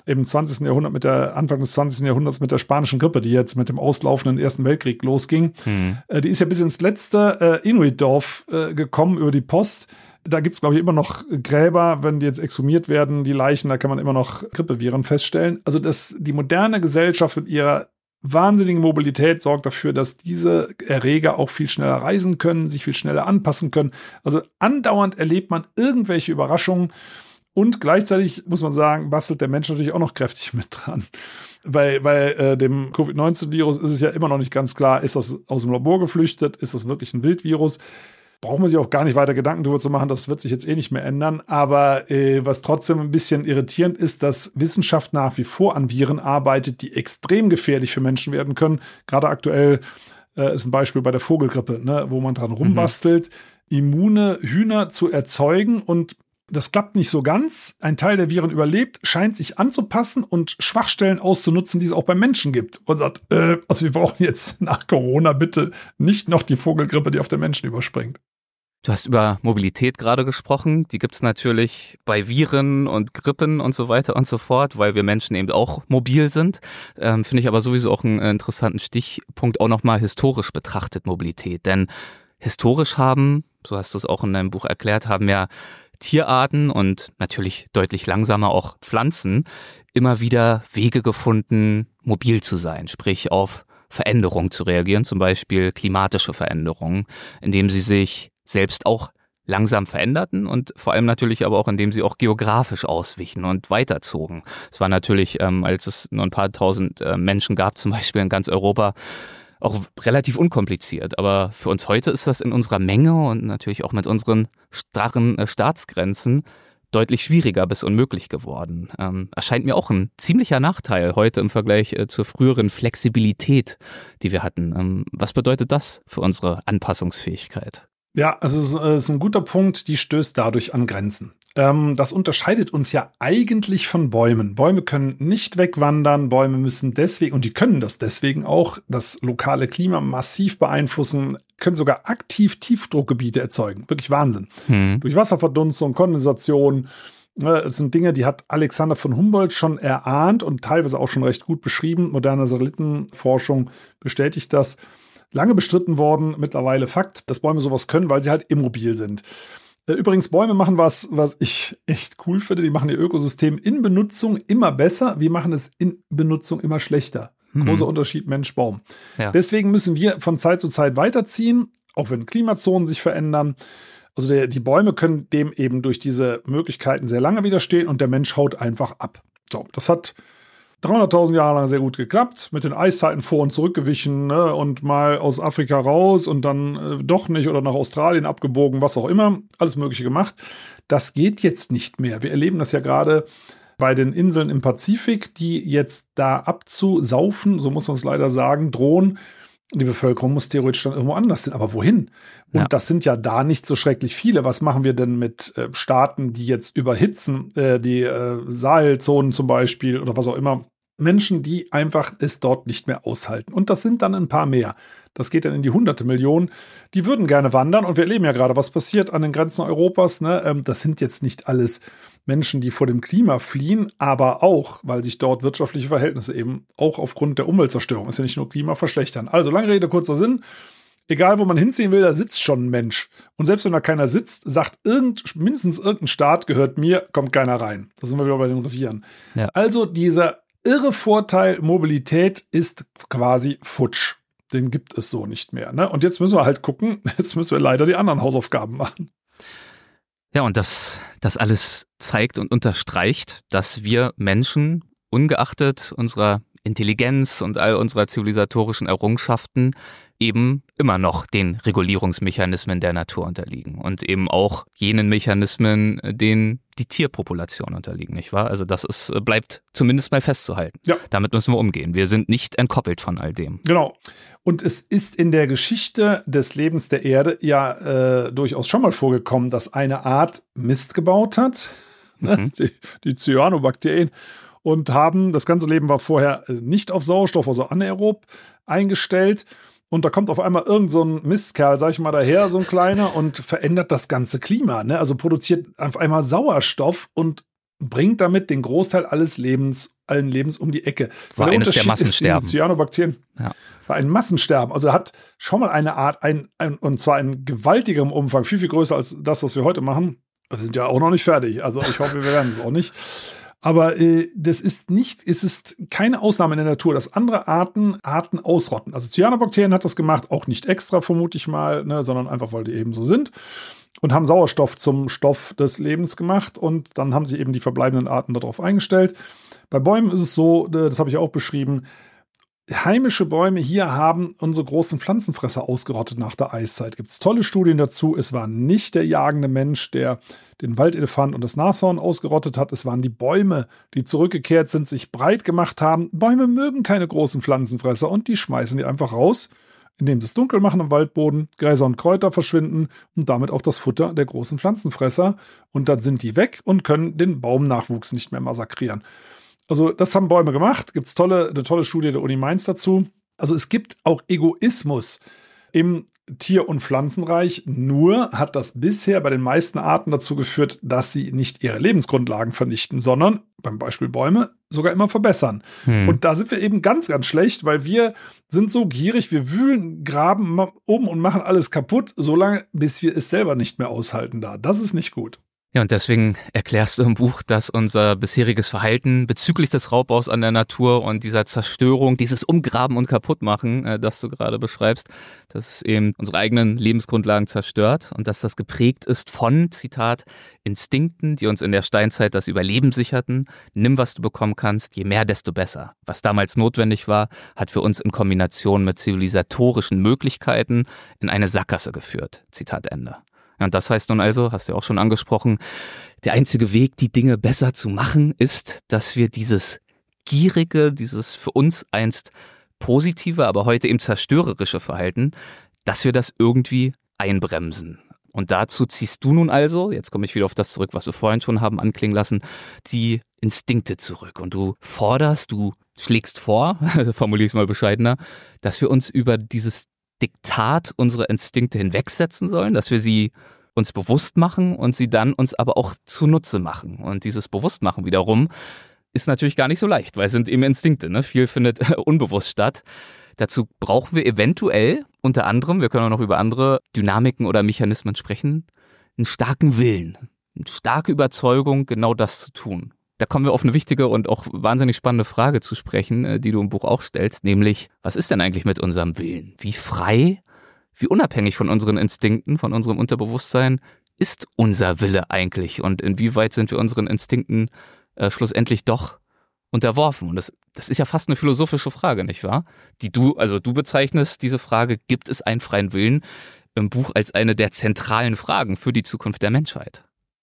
im zwanzigsten Jahrhundert mit der, Anfang des zwanzigsten Jahrhunderts mit der spanischen Grippe, die jetzt mit dem auslaufenden Ersten Weltkrieg losging. Hm. Äh, die ist ja bis ins letzte äh, Inuit-Dorf äh, gekommen über die Post. Da gibt es, glaube ich, immer noch Gräber, wenn die jetzt exhumiert werden, die Leichen, da kann man immer noch Grippeviren feststellen. Also das, die moderne Gesellschaft mit ihrer wahnsinnige Mobilität sorgt dafür, dass diese Erreger auch viel schneller reisen können, sich viel schneller anpassen können. Also andauernd erlebt man irgendwelche Überraschungen und gleichzeitig muss man sagen, bastelt der Mensch natürlich auch noch kräftig mit dran. Weil bei äh, dem Covid neunzehn Virus ist es ja immer noch nicht ganz klar, ist das aus dem Labor geflüchtet, ist das wirklich ein Wildvirus? Braucht man sich auch gar nicht weiter Gedanken darüber zu machen, das wird sich jetzt eh nicht mehr ändern. Aber äh, was trotzdem ein bisschen irritierend ist, dass Wissenschaft nach wie vor an Viren arbeitet, die extrem gefährlich für Menschen werden können. Gerade aktuell äh, ist ein Beispiel bei der Vogelgrippe, ne, wo man dran rumbastelt, mhm. immune Hühner zu erzeugen. Und das klappt nicht so ganz. Ein Teil der Viren überlebt, scheint sich anzupassen und Schwachstellen auszunutzen, die es auch beim Menschen gibt. Und sagt, äh, also wir brauchen jetzt nach Corona bitte nicht noch die Vogelgrippe, die auf den Menschen überspringt. Du hast über Mobilität gerade gesprochen. Die gibt es natürlich bei Viren und Grippen und so weiter und so fort, weil wir Menschen eben auch mobil sind. Ähm, finde ich aber sowieso auch einen interessanten Stichpunkt, auch nochmal historisch betrachtet Mobilität. Denn historisch haben, so hast du es auch in deinem Buch erklärt, haben ja Tierarten und natürlich deutlich langsamer auch Pflanzen immer wieder Wege gefunden, mobil zu sein, sprich auf Veränderungen zu reagieren, zum Beispiel klimatische Veränderungen, indem sie sich selbst auch langsam veränderten und vor allem natürlich aber auch, indem sie auch geografisch auswichen und weiterzogen. Es war natürlich, ähm, als es nur ein paar tausend äh, Menschen gab, zum Beispiel in ganz Europa, auch relativ unkompliziert. Aber für uns heute ist das in unserer Menge und natürlich auch mit unseren starren äh, Staatsgrenzen deutlich schwieriger bis unmöglich geworden. Ähm, erscheint mir auch ein ziemlicher Nachteil heute im Vergleich äh, zur früheren Flexibilität, die wir hatten. Ähm, was bedeutet das für unsere Anpassungsfähigkeit? Ja, also es ist ein guter Punkt, die stößt dadurch an Grenzen. Ähm, das unterscheidet uns ja eigentlich von Bäumen. Bäume können nicht wegwandern, Bäume müssen deswegen, und die können das deswegen auch, das lokale Klima massiv beeinflussen, können sogar aktiv Tiefdruckgebiete erzeugen. Wirklich Wahnsinn. Hm. Durch Wasserverdunstung, Kondensation, das sind Dinge, die hat Alexander von Humboldt schon erahnt und teilweise auch schon recht gut beschrieben. Moderne Satellitenforschung bestätigt das. Lange bestritten worden, mittlerweile Fakt, dass Bäume sowas können, weil sie halt immobil sind. Übrigens, Bäume machen was, was ich echt cool finde. Die machen ihr Ökosystem in Benutzung immer besser. Wir machen es in Benutzung immer schlechter. Mhm. Großer Unterschied Mensch-Baum. Ja. Deswegen müssen wir von Zeit zu Zeit weiterziehen, auch wenn Klimazonen sich verändern. Also der, die Bäume können dem eben durch diese Möglichkeiten sehr lange widerstehen und der Mensch haut einfach ab. So, das hat dreihunderttausend Jahre lang sehr gut geklappt, mit den Eiszeiten vor- und zurückgewichen, ne, und mal aus Afrika raus und dann äh, doch nicht oder nach Australien abgebogen, was auch immer, alles Mögliche gemacht. Das geht jetzt nicht mehr. Wir erleben das ja gerade bei den Inseln im Pazifik, die jetzt da abzusaufen, so muss man es leider sagen, drohen. Die Bevölkerung muss theoretisch dann irgendwo anders hin. Aber wohin? Und ja. Das sind ja da nicht so schrecklich viele. Was machen wir denn mit äh, Staaten, die jetzt überhitzen, äh, die äh, Sahelzonen zum Beispiel oder was auch immer? Menschen, die einfach es dort nicht mehr aushalten. Und das sind dann ein paar mehr. Das geht dann in die hunderte Millionen. Die würden gerne wandern. Und wir erleben ja gerade, was passiert an den Grenzen Europas. Ne? Ähm, das sind jetzt nicht alles Menschen, die vor dem Klima fliehen, aber auch, weil sich dort wirtschaftliche Verhältnisse eben auch aufgrund der Umweltzerstörung, ist ja nicht nur Klima, verschlechtern. Also lange Rede, kurzer Sinn. Egal, wo man hinziehen will, da sitzt schon ein Mensch. Und selbst wenn da keiner sitzt, sagt irgend, mindestens irgendein Staat, gehört mir, kommt keiner rein. Da sind wir wieder bei den Revieren. Ja. Also dieser irre Vorteil Mobilität ist quasi futsch. Den gibt es so nicht mehr. Ne? Und jetzt müssen wir halt gucken, jetzt müssen wir leider die anderen Hausaufgaben machen. Ja, und das, das alles zeigt und unterstreicht, dass wir Menschen, ungeachtet unserer Intelligenz und all unserer zivilisatorischen Errungenschaften, eben immer noch den Regulierungsmechanismen der Natur unterliegen und eben auch jenen Mechanismen, denen die Tierpopulation unterliegen, nicht wahr? Also das ist, bleibt zumindest mal festzuhalten. Ja. Damit müssen wir umgehen. Wir sind nicht entkoppelt von all dem. Genau. Und es ist in der Geschichte des Lebens der Erde ja äh, durchaus schon mal vorgekommen, dass eine Art Mist gebaut hat, mhm. ne? die, die Cyanobakterien, und haben, das ganze Leben war vorher nicht auf Sauerstoff, also anaerob eingestellt. Und da kommt auf einmal irgend so ein Mistkerl, sag ich mal, daher, so ein kleiner, und verändert das ganze Klima. Ne? Also produziert auf einmal Sauerstoff und bringt damit den Großteil alles Lebens, allen Lebens um die Ecke. War der eines der Unterschied Massensterben. Ist, die Cyanobakterien Ja. war ein Massensterben. Also er hat schon mal eine Art, ein, ein, und zwar in gewaltigerem Umfang, viel, viel größer als das, was wir heute machen. Wir sind ja auch noch nicht fertig. Also ich hoffe, wir werden es auch nicht. Aber äh, das ist nicht, es ist keine Ausnahme in der Natur, dass andere Arten Arten ausrotten. Also Cyanobakterien hat das gemacht, auch nicht extra, vermute ich mal, ne, sondern einfach, weil die eben so sind. Und haben Sauerstoff zum Stoff des Lebens gemacht. Und dann haben sich eben die verbleibenden Arten darauf eingestellt. Bei Bäumen ist es so, das habe ich auch beschrieben, heimische Bäume hier haben unsere großen Pflanzenfresser ausgerottet nach der Eiszeit. Gibt es tolle Studien dazu. Es war nicht der jagende Mensch, der den Waldelefant und das Nashorn ausgerottet hat. Es waren die Bäume, die zurückgekehrt sind, sich breit gemacht haben. Bäume mögen keine großen Pflanzenfresser und die schmeißen die einfach raus, indem sie es dunkel machen am Waldboden, Gräser und Kräuter verschwinden und damit auch das Futter der großen Pflanzenfresser. Und dann sind die weg und können den Baumnachwuchs nicht mehr massakrieren. Also das haben Bäume gemacht. Gibt es tolle, eine tolle Studie der Uni Mainz dazu. Also es gibt auch Egoismus im Tier- und Pflanzenreich. Nur hat das bisher bei den meisten Arten dazu geführt, dass sie nicht ihre Lebensgrundlagen vernichten, sondern beim Beispiel Bäume sogar immer verbessern. Hm. Und da sind wir eben ganz, ganz schlecht, weil wir sind so gierig, wir wühlen, graben um und machen alles kaputt, solange bis wir es selber nicht mehr aushalten da. Das ist nicht gut. Ja, und deswegen erklärst du im Buch, dass unser bisheriges Verhalten bezüglich des Raubbaus an der Natur und dieser Zerstörung, dieses Umgraben und Kaputtmachen, äh, das du gerade beschreibst, dass es eben unsere eigenen Lebensgrundlagen zerstört und dass das geprägt ist von, Zitat, Instinkten, die uns in der Steinzeit das Überleben sicherten. Nimm, was du bekommen kannst, je mehr, desto besser. Was damals notwendig war, hat für uns in Kombination mit zivilisatorischen Möglichkeiten in eine Sackgasse geführt. Zitat Ende. Und das heißt nun also, hast du ja auch schon angesprochen, der einzige Weg, die Dinge besser zu machen, ist, dass wir dieses gierige, dieses für uns einst positive, aber heute eben zerstörerische Verhalten, dass wir das irgendwie einbremsen. Und dazu ziehst du nun also, jetzt komme ich wieder auf das zurück, was wir vorhin schon haben anklingen lassen, die Instinkte zurück. Und du forderst, du schlägst vor, formuliere ich es mal bescheidener, dass wir uns über dieses Diktat unserer Instinkte hinwegsetzen sollen, dass wir sie uns bewusst machen und sie dann uns aber auch zunutze machen. Und dieses Bewusstmachen wiederum ist natürlich gar nicht so leicht, weil es sind eben Instinkte, ne? Viel findet unbewusst statt. Dazu brauchen wir eventuell unter anderem, wir können auch noch über andere Dynamiken oder Mechanismen sprechen, einen starken Willen, eine starke Überzeugung, genau das zu tun. Da kommen wir auf eine wichtige und auch wahnsinnig spannende Frage zu sprechen, die du im Buch auch stellst, nämlich, was ist denn eigentlich mit unserem Willen? Wie frei, wie unabhängig von unseren Instinkten, von unserem Unterbewusstsein ist unser Wille eigentlich? Und inwieweit sind wir unseren Instinkten äh, schlussendlich doch unterworfen? Und das, das ist ja fast eine philosophische Frage, nicht wahr? Die du, also du bezeichnest diese Frage, gibt es einen freien Willen, im Buch als eine der zentralen Fragen für die Zukunft der Menschheit.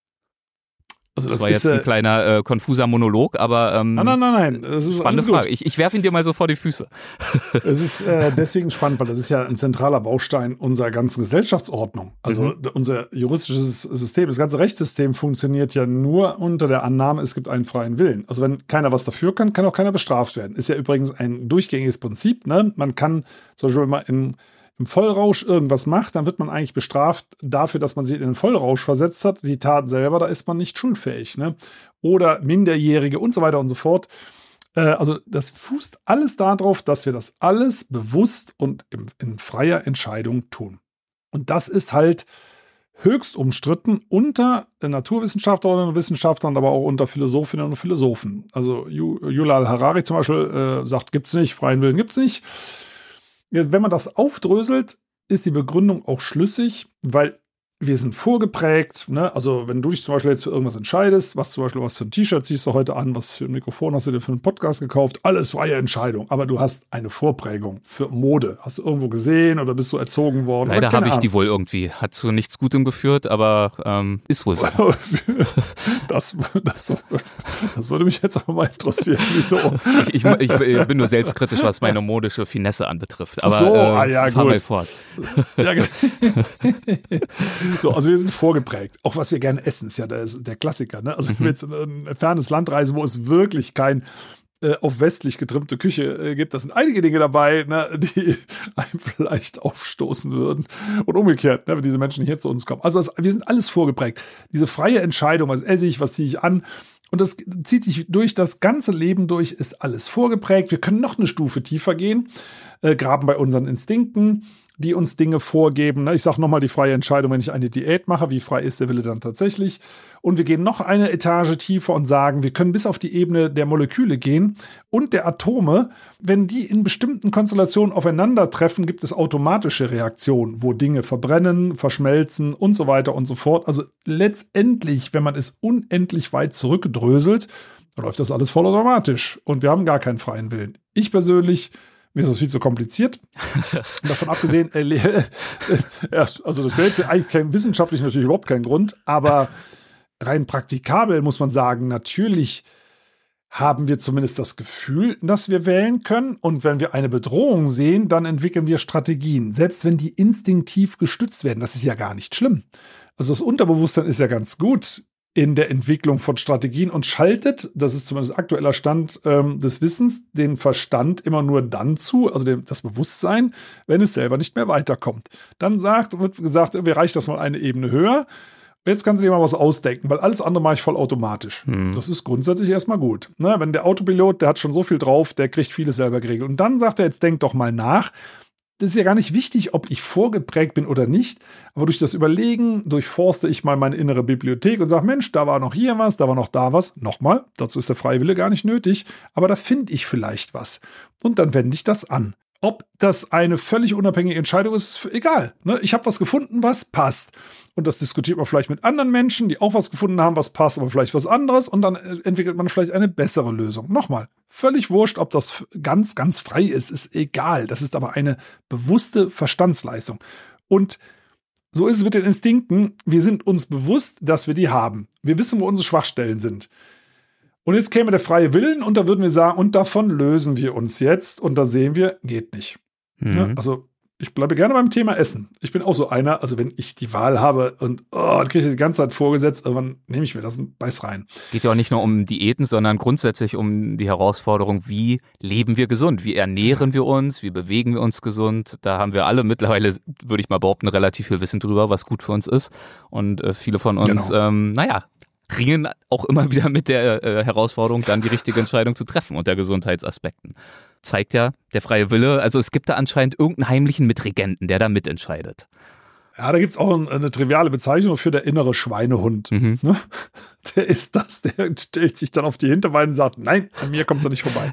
Also das, das war ist, jetzt ein kleiner äh, konfuser Monolog, aber ähm, nein, nein, nein, nein. Das ist spannende Frage. Ich, ich werfe ihn dir mal so vor die Füße. Es ist äh, deswegen spannend, weil das ist ja ein zentraler Baustein unserer ganzen Gesellschaftsordnung. Also mhm. unser juristisches System, das ganze Rechtssystem funktioniert ja nur unter der Annahme, es gibt einen freien Willen. Also wenn keiner was dafür kann, kann auch keiner bestraft werden. Ist ja übrigens ein durchgängiges Prinzip. Ne? Man kann zum Beispiel, wenn man in im Vollrausch irgendwas macht, dann wird man eigentlich bestraft dafür, dass man sich in den Vollrausch versetzt hat. Die Tat selber, da ist man nicht schuldfähig. Ne? Oder Minderjährige und so weiter und so fort. Äh, also das fußt alles darauf, dass wir das alles bewusst und in, in freier Entscheidung tun. Und das ist halt höchst umstritten unter Naturwissenschaftlerinnen und Wissenschaftlern, aber auch unter Philosophinnen und Philosophen. Also Yuval Harari zum Beispiel äh, sagt, gibt's nicht, freien Willen gibt's nicht. Wenn man das aufdröselt, ist die Begründung auch schlüssig, weil wir sind vorgeprägt. Ne? Also wenn du dich zum Beispiel jetzt für irgendwas entscheidest, was zum Beispiel was für ein T-Shirt ziehst du heute an, was für ein Mikrofon hast du dir für einen Podcast gekauft, alles freie Entscheidung. Aber du hast eine Vorprägung für Mode. Hast du irgendwo gesehen oder bist du erzogen worden? Leider habe ich Ahnung. Die wohl irgendwie. Hat zu nichts Gutem geführt, aber ähm, ist wohl so. das, das, das würde mich jetzt aber mal interessieren. Wieso? Ich, ich, ich bin nur selbstkritisch, was meine modische Finesse anbetrifft. Aber so, äh, ah, ja, fahr gut. mal fort. Ja, so, also wir sind vorgeprägt. Auch was wir gerne essen, ist ja der, der Klassiker. Ne? Also wenn wir jetzt in ein fernes Land reisen, wo es wirklich kein äh, auf westlich getrimmte Küche äh, gibt, da sind einige Dinge dabei, ne, die einem vielleicht aufstoßen würden. Und umgekehrt, ne, wenn diese Menschen hier zu uns kommen. Also das, wir sind alles vorgeprägt. Diese freie Entscheidung, was esse ich, was ziehe ich an. Und das zieht sich durch das ganze Leben durch, ist alles vorgeprägt. Wir können noch eine Stufe tiefer gehen, äh, graben bei unseren Instinkten, die uns Dinge vorgeben. Ich sage nochmal die freie Entscheidung, wenn ich eine Diät mache, wie frei ist der Wille dann tatsächlich? Und wir gehen noch eine Etage tiefer und sagen, wir können bis auf die Ebene der Moleküle gehen und der Atome. Wenn die in bestimmten Konstellationen aufeinandertreffen, gibt es automatische Reaktionen, wo Dinge verbrennen, verschmelzen und so weiter und so fort. Also letztendlich, wenn man es unendlich weit zurückdröselt, läuft das alles vollautomatisch und wir haben gar keinen freien Willen. Ich persönlich Mir ist das viel zu kompliziert. Und davon abgesehen, äh, äh, also das wäre jetzt eigentlich kein, wissenschaftlich natürlich überhaupt kein Grund, aber rein praktikabel muss man sagen, natürlich haben wir zumindest das Gefühl, dass wir wählen können. Und wenn wir eine Bedrohung sehen, dann entwickeln wir Strategien. Selbst wenn die instinktiv gestützt werden, das ist ja gar nicht schlimm. Also das Unterbewusstsein ist ja ganz gut in der Entwicklung von Strategien und schaltet, das ist zumindest aktueller Stand ähm, des Wissens, den Verstand immer nur dann zu, also dem, das Bewusstsein, wenn es selber nicht mehr weiterkommt. Dann sagt, wird gesagt, wir reichen das mal eine Ebene höher. Jetzt kannst du dir mal was ausdenken, weil alles andere mache ich vollautomatisch. Hm. Das ist grundsätzlich erstmal gut. Ne, wenn der Autopilot, der hat schon so viel drauf, der kriegt vieles selber geregelt. Und dann sagt er, jetzt denk doch mal nach. Das ist ja gar nicht wichtig, ob ich vorgeprägt bin oder nicht, aber durch das Überlegen durchforste ich mal meine innere Bibliothek und sage, Mensch, da war noch hier was, da war noch da was. Nochmal, dazu ist der freie Wille gar nicht nötig, aber da finde ich vielleicht was. Und dann wende ich das an. Ob das eine völlig unabhängige Entscheidung ist, ist egal. Ne? Ich habe was gefunden, was passt. Und das diskutiert man vielleicht mit anderen Menschen, die auch was gefunden haben, was passt, aber vielleicht was anderes. Und dann entwickelt man vielleicht eine bessere Lösung. Nochmal, völlig wurscht, ob das ganz, ganz frei ist, ist egal. Das ist aber eine bewusste Verstandsleistung. Und so ist es mit den Instinkten. Wir sind uns bewusst, dass wir die haben. Wir wissen, wo unsere Schwachstellen sind. Und jetzt käme der freie Willen und da würden wir sagen, und davon lösen wir uns jetzt. Und da sehen wir, geht nicht. Mhm. Ja, also ich bleibe gerne beim Thema Essen. Ich bin auch so einer, also wenn ich die Wahl habe und oh, dann kriege ich die ganze Zeit vorgesetzt, irgendwann nehme ich mir das und beiß rein. Geht ja auch nicht nur um Diäten, sondern grundsätzlich um die Herausforderung, wie leben wir gesund? Wie ernähren wir uns? Wie bewegen wir uns gesund? Da haben wir alle mittlerweile, würde ich mal behaupten, relativ viel Wissen drüber, was gut für uns ist. Und äh, viele von uns, genau. ähm, naja, ringen auch immer wieder mit der äh, Herausforderung, dann die richtige Entscheidung zu treffen unter Gesundheitsaspekten. Zeigt ja der freie Wille, also es gibt da anscheinend irgendeinen heimlichen Mitregenten, der da mitentscheidet. Ja, da gibt es auch ein, eine triviale Bezeichnung für der innere Schweinehund. Mhm. Ne? Der ist das, der stellt sich dann auf die Hinterbeine und sagt, nein, an mir kommst du nicht vorbei.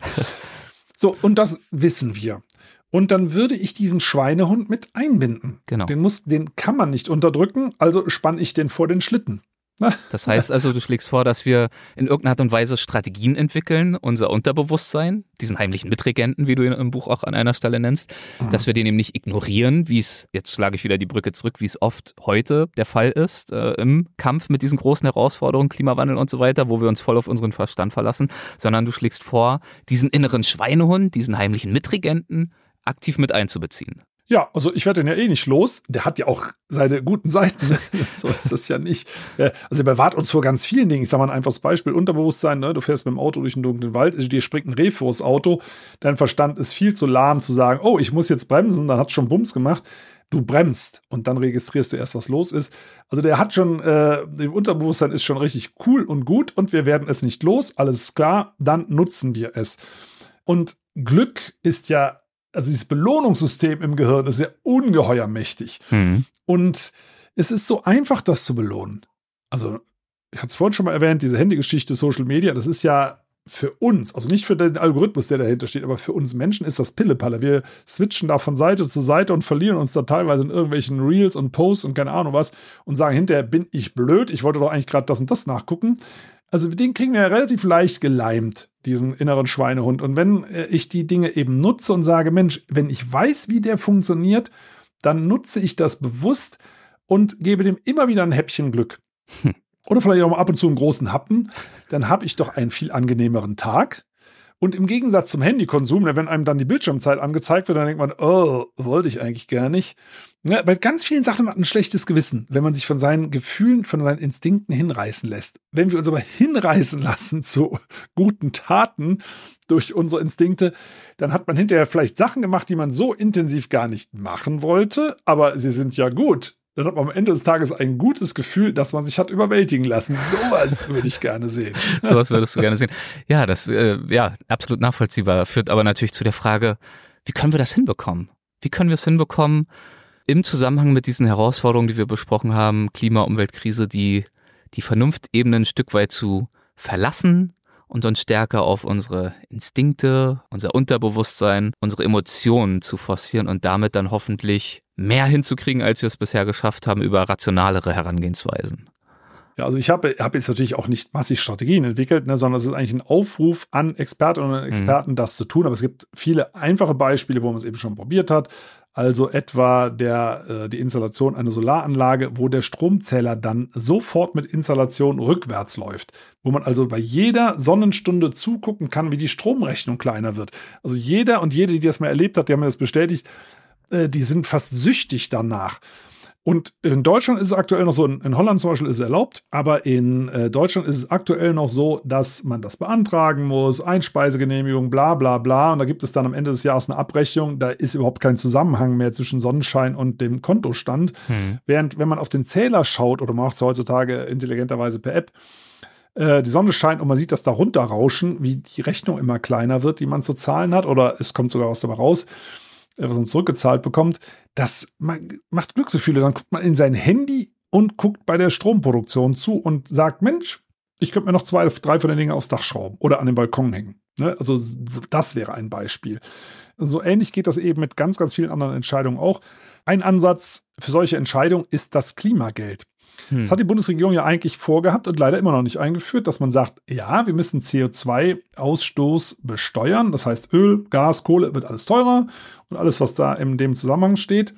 So, und das wissen wir. Und dann würde ich diesen Schweinehund mit einbinden. Genau. Den, muss, den kann man nicht unterdrücken, also spann ich den vor den Schlitten. Das heißt also, du schlägst vor, dass wir in irgendeiner Art und Weise Strategien entwickeln, unser Unterbewusstsein, diesen heimlichen Mitregenten, wie du ihn im Buch auch an einer Stelle nennst, mhm. dass wir den eben nicht ignorieren, wie es, jetzt schlage ich wieder die Brücke zurück, wie es oft heute der Fall ist, äh, im Kampf mit diesen großen Herausforderungen, Klimawandel und so weiter, wo wir uns voll auf unseren Verstand verlassen, sondern du schlägst vor, diesen inneren Schweinehund, diesen heimlichen Mitregenten aktiv mit einzubeziehen. Ja, also ich werde den ja eh nicht los. Der hat ja auch seine guten Seiten. Ne? So ist das ja nicht. Also er bewahrt uns vor ganz vielen Dingen. Ich sage mal ein einfaches Beispiel. Unterbewusstsein. Ne? Du fährst mit dem Auto durch einen dunklen Wald, also dir springt ein Reh vors Auto. Dein Verstand ist viel zu lahm zu sagen, oh, ich muss jetzt bremsen. Dann hat es schon Bums gemacht. Du bremst und dann registrierst du erst, was los ist. Also der hat schon, äh, dem Unterbewusstsein ist schon richtig cool und gut und wir werden es nicht los. Alles klar, dann nutzen wir es. Und Glück ist ja, also dieses Belohnungssystem im Gehirn ist ja ungeheuer mächtig. Mhm. Und es ist so einfach, das zu belohnen. Also, ich hatte es vorhin schon mal erwähnt, diese Handygeschichte, Social Media, das ist ja für uns, also nicht für den Algorithmus, der dahinter steht, aber für uns Menschen ist das Pillepalle. Wir switchen da von Seite zu Seite und verlieren uns da teilweise in irgendwelchen Reels und Posts und keine Ahnung was und sagen hinterher, bin ich blöd, ich wollte doch eigentlich gerade das und das nachgucken. Also den kriegen wir ja relativ leicht geleimt, diesen inneren Schweinehund. Und wenn ich die Dinge eben nutze und sage, Mensch, wenn ich weiß, wie der funktioniert, dann nutze ich das bewusst und gebe dem immer wieder ein Häppchen Glück. Hm. Oder vielleicht auch mal ab und zu einen großen Happen, dann habe ich doch einen viel angenehmeren Tag. Und im Gegensatz zum Handykonsum, wenn einem dann die Bildschirmzeit angezeigt wird, dann denkt man, oh, wollte ich eigentlich gar nicht. Ja, bei ganz vielen Sachen hat man ein schlechtes Gewissen, wenn man sich von seinen Gefühlen, von seinen Instinkten hinreißen lässt. Wenn wir uns aber hinreißen lassen zu guten Taten durch unsere Instinkte, dann hat man hinterher vielleicht Sachen gemacht, die man so intensiv gar nicht machen wollte, aber sie sind ja gut. dann hat man am Ende des Tages ein gutes Gefühl, dass man sich hat überwältigen lassen. Sowas würde ich gerne sehen. Sowas würdest du gerne sehen. Ja, das äh, ja absolut nachvollziehbar. Führt aber natürlich zu der Frage, wie können wir das hinbekommen? Wie können wir es hinbekommen, im Zusammenhang mit diesen Herausforderungen, die wir besprochen haben, Klima, Umweltkrise, die, die Vernunftebene ein Stück weit zu verlassen und uns stärker auf unsere Instinkte, unser Unterbewusstsein, unsere Emotionen zu forcieren und damit dann hoffentlich mehr hinzukriegen, als wir es bisher geschafft haben, über rationalere Herangehensweisen. Ja, also ich habe hab jetzt natürlich auch nicht massig Strategien entwickelt, ne, sondern es ist eigentlich ein Aufruf an Expertinnen und Experten, mhm. das zu tun. Aber es gibt viele einfache Beispiele, wo man es eben schon probiert hat. Also etwa der, äh, die Installation einer Solaranlage, wo der Stromzähler dann sofort mit Installation rückwärts läuft. Wo man also bei jeder Sonnenstunde zugucken kann, wie die Stromrechnung kleiner wird. Also jeder und jede, die das mal erlebt hat, die haben mir das bestätigt, äh, die sind fast süchtig danach. Und in Deutschland ist es aktuell noch so, in Holland zum Beispiel ist es erlaubt, aber in äh, Deutschland ist es aktuell noch so, dass man das beantragen muss, Einspeisegenehmigung, bla bla bla. Und da gibt es dann am Ende des Jahres eine Abrechnung. Da ist überhaupt kein Zusammenhang mehr zwischen Sonnenschein und dem Kontostand. Hm. Während, wenn man auf den Zähler schaut, oder man macht es heutzutage intelligenterweise per App, äh, die Sonne scheint und man sieht das da runterrauschen, wie die Rechnung immer kleiner wird, die man zu zahlen hat, oder es kommt sogar was dabei raus, was man zurückgezahlt bekommt, das macht Glücksgefühle. Dann guckt man in sein Handy und guckt bei der Stromproduktion zu und sagt, Mensch, ich könnte mir noch zwei, drei von den Dingen aufs Dach schrauben oder an den Balkon hängen. Ne? Also das wäre ein Beispiel. So ähnlich geht das eben mit ganz, ganz vielen anderen Entscheidungen auch. Ein Ansatz für solche Entscheidungen ist das Klimageld. Hm. Das hat die Bundesregierung ja eigentlich vorgehabt und leider immer noch nicht eingeführt, dass man sagt, ja, wir müssen C O zwei Ausstoß besteuern. Das heißt, Öl, Gas, Kohle wird alles teurer und alles, was da in dem Zusammenhang steht.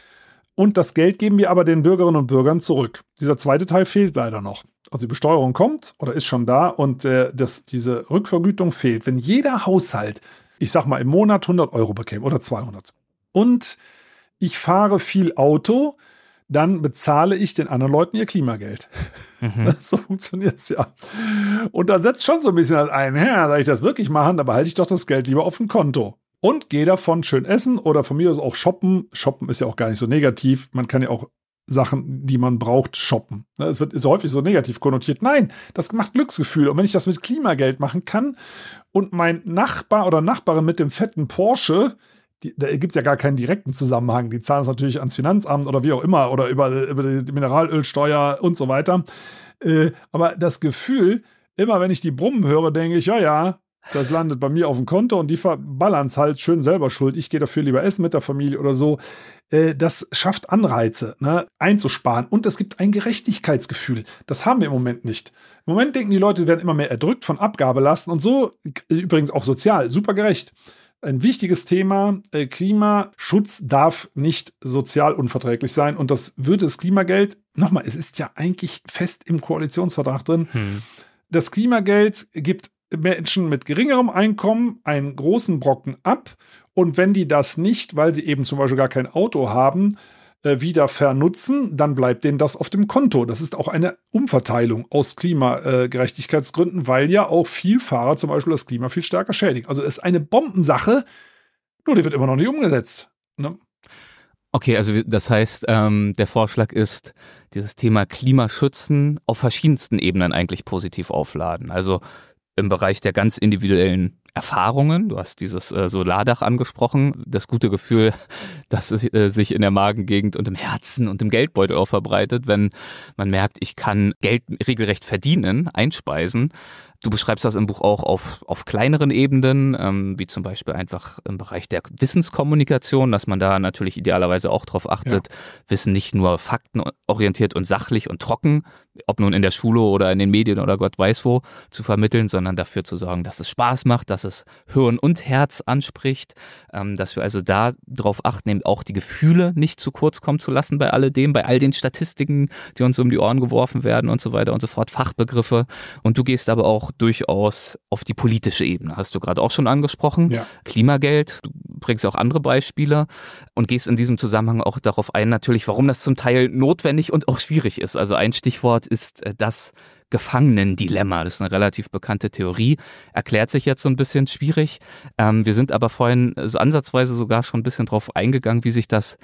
Und das Geld geben wir aber den Bürgerinnen und Bürgern zurück. Dieser zweite Teil fehlt leider noch. Also die Besteuerung kommt oder ist schon da und äh, das, diese Rückvergütung fehlt. Wenn jeder Haushalt, ich sag mal, im Monat hundert Euro bekäme oder zweihundert und ich fahre viel Auto, dann bezahle ich den anderen Leuten ihr Klimageld. Mhm. So funktioniert es ja. Und dann setzt schon so ein bisschen halt ein, ja, soll ich das wirklich machen, dann behalte ich doch das Geld lieber auf dem Konto. Und gehe davon schön essen oder von mir aus auch shoppen. Shoppen ist ja auch gar nicht so negativ. Man kann ja auch Sachen, die man braucht, shoppen. Es wird, ist häufig so negativ konnotiert. Nein, das macht Glücksgefühl. Und wenn ich das mit Klimageld machen kann und mein Nachbar oder Nachbarin mit dem fetten Porsche, Die, da gibt es ja gar keinen direkten Zusammenhang. Die zahlen es natürlich ans Finanzamt oder wie auch immer oder über, über die Mineralölsteuer und so weiter. Äh, aber das Gefühl, immer wenn ich die brummen höre, denke ich, ja, ja, das landet bei mir auf dem Konto und die verballern es halt schön selber schuld. Ich gehe dafür lieber essen mit der Familie oder so. Äh, das schafft Anreize, ne, einzusparen. Und es gibt ein Gerechtigkeitsgefühl. Das haben wir im Moment nicht. Im Moment denken die Leute, werden immer mehr erdrückt von Abgabelasten und so. Übrigens auch sozial, super gerecht. Ein wichtiges Thema, äh, Klimaschutz darf nicht sozial unverträglich sein und das würde das Klimageld, nochmal, es ist ja eigentlich fest im Koalitionsvertrag drin, hm. das Klimageld gibt Menschen mit geringerem Einkommen einen großen Brocken ab und wenn die das nicht, weil sie eben zum Beispiel gar kein Auto haben, äh, wieder vernutzen, dann bleibt denen das auf dem Konto. Das ist auch eine Umverteilung aus Klimagerechtigkeitsgründen, weil ja auch Vielfahrer zum Beispiel das Klima viel stärker schädigen. Also es ist eine Bombensache, nur die wird immer noch nicht umgesetzt. Ne? Okay, also das heißt, ähm, der Vorschlag ist, dieses Thema Klimaschützen auf verschiedensten Ebenen eigentlich positiv aufladen. Also im Bereich der ganz individuellen Erfahrungen, du hast dieses äh, Solardach angesprochen, das gute Gefühl, dass es äh, sich in der Magengegend und im Herzen und im Geldbeutel auch verbreitet, wenn man merkt, ich kann Geld regelrecht verdienen, einspeisen. Du beschreibst das im Buch auch auf, auf kleineren Ebenen, ähm, wie zum Beispiel einfach im Bereich der Wissenskommunikation, dass man da natürlich idealerweise auch drauf achtet, ja. Wissen nicht nur faktenorientiert und sachlich und trocken, ob nun in der Schule oder in den Medien oder Gott weiß wo, zu vermitteln, sondern dafür zu sorgen, dass es Spaß macht, dass es Hirn und Herz anspricht, ähm, dass wir also da drauf achten, eben auch die Gefühle nicht zu kurz kommen zu lassen bei alledem, bei all den Statistiken, die uns um die Ohren geworfen werden und so weiter und so fort, Fachbegriffe. Und du gehst aber auch durchaus auf die politische Ebene, hast du gerade auch schon angesprochen. Ja. Klimageld, du bringst auch andere Beispiele und gehst in diesem Zusammenhang auch darauf ein, natürlich, warum das zum Teil notwendig und auch schwierig ist. Also ein Stichwort ist das Gefangenendilemma. Das ist eine relativ bekannte Theorie, erklärt sich jetzt so ein bisschen schwierig. Ähm, wir sind aber vorhin so ansatzweise sogar schon ein bisschen drauf eingegangen, wie sich das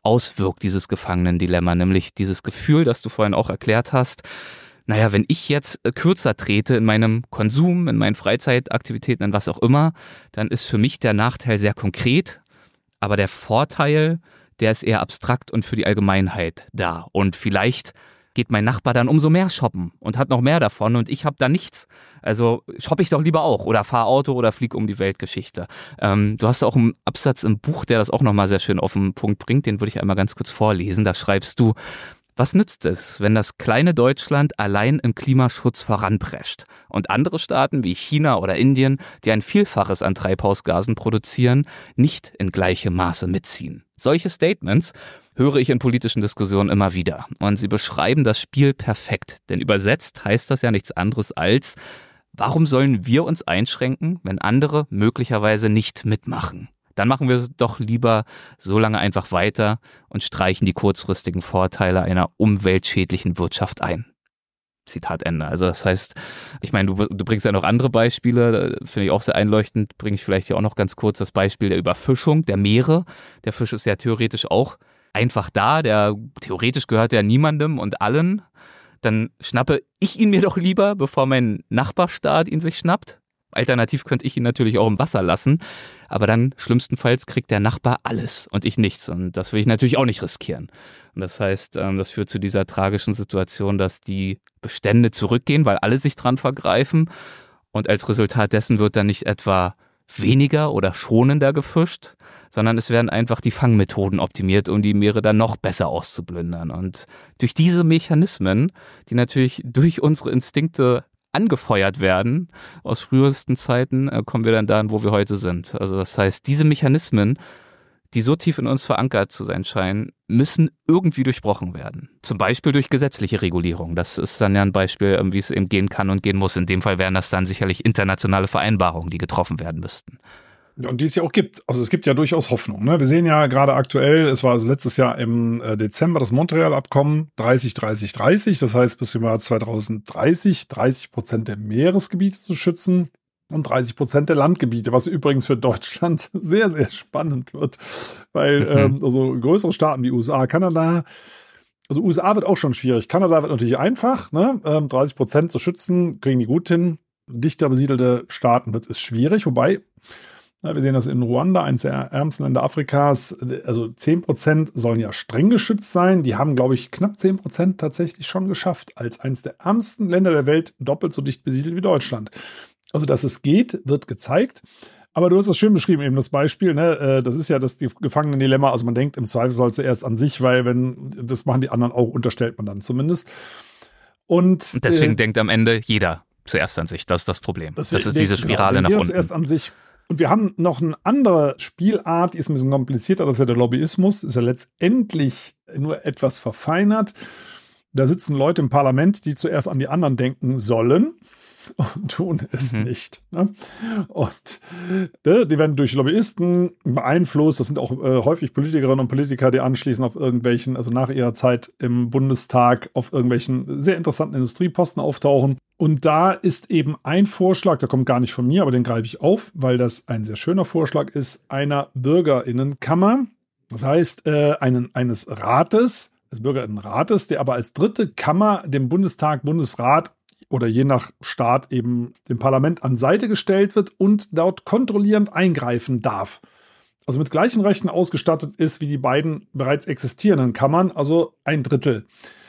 auswirkt, dieses Gefangenendilemma, nämlich dieses Gefühl, das du vorhin auch erklärt hast. Naja, wenn ich jetzt kürzer trete in meinem Konsum, in meinen Freizeitaktivitäten, in was auch immer, dann ist für mich der Nachteil sehr konkret, aber der Vorteil, der ist eher abstrakt und für die Allgemeinheit da. Und vielleicht geht mein Nachbar dann umso mehr shoppen und hat noch mehr davon und ich habe da nichts. Also shoppe ich doch lieber auch oder fahre Auto oder fliege um die Weltgeschichte. Ähm, du hast auch einen Absatz im Buch, der das auch nochmal sehr schön auf den Punkt bringt, den würde ich einmal ganz kurz vorlesen. Da schreibst du: Was nützt es, wenn das kleine Deutschland allein im Klimaschutz voranprescht und andere Staaten wie China oder Indien, die ein Vielfaches an Treibhausgasen produzieren, nicht in gleichem Maße mitziehen? Solche Statements höre ich in politischen Diskussionen immer wieder und sie beschreiben das Spiel perfekt, denn übersetzt heißt das ja nichts anderes als: Warum sollen wir uns einschränken, wenn andere möglicherweise nicht mitmachen? Dann machen wir es doch lieber so lange einfach weiter und streichen die kurzfristigen Vorteile einer umweltschädlichen Wirtschaft ein. Zitat Ende. Also das heißt, ich meine, du, du bringst ja noch andere Beispiele, finde ich auch sehr einleuchtend, bringe ich vielleicht hier auch noch ganz kurz das Beispiel der Überfischung der Meere. Der Fisch ist ja theoretisch auch einfach da, der theoretisch gehört ja niemandem und allen. Dann schnappe ich ihn mir doch lieber, bevor mein Nachbarstaat ihn sich schnappt. Alternativ könnte ich ihn natürlich auch im Wasser lassen, aber dann schlimmstenfalls kriegt der Nachbar alles und ich nichts und das will ich natürlich auch nicht riskieren. Und das heißt, das führt zu dieser tragischen Situation, dass die Bestände zurückgehen, weil alle sich dran vergreifen und als Resultat dessen wird dann nicht etwa weniger oder schonender gefischt, sondern es werden einfach die Fangmethoden optimiert, um die Meere dann noch besser auszuplündern. Und durch diese Mechanismen, die natürlich durch unsere Instinkte angefeuert werden, aus frühesten Zeiten, äh, kommen wir dann dahin, wo wir heute sind. Also das heißt, diese Mechanismen, die so tief in uns verankert zu sein scheinen, müssen irgendwie durchbrochen werden. Zum Beispiel durch gesetzliche Regulierung. Das ist dann ja ein Beispiel, wie es eben gehen kann und gehen muss. In dem Fall wären das dann sicherlich internationale Vereinbarungen, die getroffen werden müssten. Und die es ja auch gibt. Also es gibt ja durchaus Hoffnung. Ne? Wir sehen ja gerade aktuell, es war also letztes Jahr im Dezember das Montreal-Abkommen dreißig dreißig dreißig. Das heißt, bis zum Jahr zweitausenddreißig dreißig Prozent der Meeresgebiete zu schützen und dreißig Prozent der Landgebiete, was übrigens für Deutschland sehr, sehr spannend wird. Weil mhm. ähm, also größere Staaten wie U S A, Kanada, also U S A wird auch schon schwierig. Kanada wird natürlich einfach, ne? ähm, dreißig Prozent zu schützen, kriegen die gut hin. Dichter besiedelte Staaten wird es schwierig, wobei wir sehen das in Ruanda, eines der ärmsten Länder Afrikas. Also zehn Prozent sollen ja streng geschützt sein. Die haben, glaube ich, knapp zehn Prozent tatsächlich schon geschafft. Als eines der ärmsten Länder der Welt doppelt so dicht besiedelt wie Deutschland. Also, dass es geht, wird gezeigt. Aber du hast das schön beschrieben, eben das Beispiel. Ne? Das ist ja das Gefangenen-Dilemma. Also man denkt im Zweifelsfall zuerst an sich, weil wenn das machen die anderen auch, unterstellt man dann zumindest. Und, Und deswegen äh, denkt am Ende jeder zuerst an sich. Das ist das Problem. Das, das ist denkt, diese Spirale genau, nach unten. Zuerst an sich. Und wir haben noch eine andere Spielart, die ist ein bisschen komplizierter, das ist ja der Lobbyismus, ist ja letztendlich nur etwas verfeinert. Da sitzen Leute im Parlament, die zuerst an die anderen denken sollen und tun es mhm. nicht. Ne? Und ne, die werden durch Lobbyisten beeinflusst. Das sind auch äh, häufig Politikerinnen und Politiker, die anschließend auf irgendwelchen, also nach ihrer Zeit im Bundestag, auf irgendwelchen sehr interessanten Industrieposten auftauchen. Und da ist eben ein Vorschlag, der kommt gar nicht von mir, aber den greife ich auf, weil das ein sehr schöner Vorschlag ist, einer BürgerInnenkammer. Das heißt, äh, einen, eines Rates, des BürgerInnenrates, der aber als dritte Kammer dem Bundestag, Bundesrat oder je nach Staat eben dem Parlament an Seite gestellt wird und dort kontrollierend eingreifen darf. Also mit gleichen Rechten ausgestattet ist wie die beiden bereits existierenden Kammern, also ein Drittel.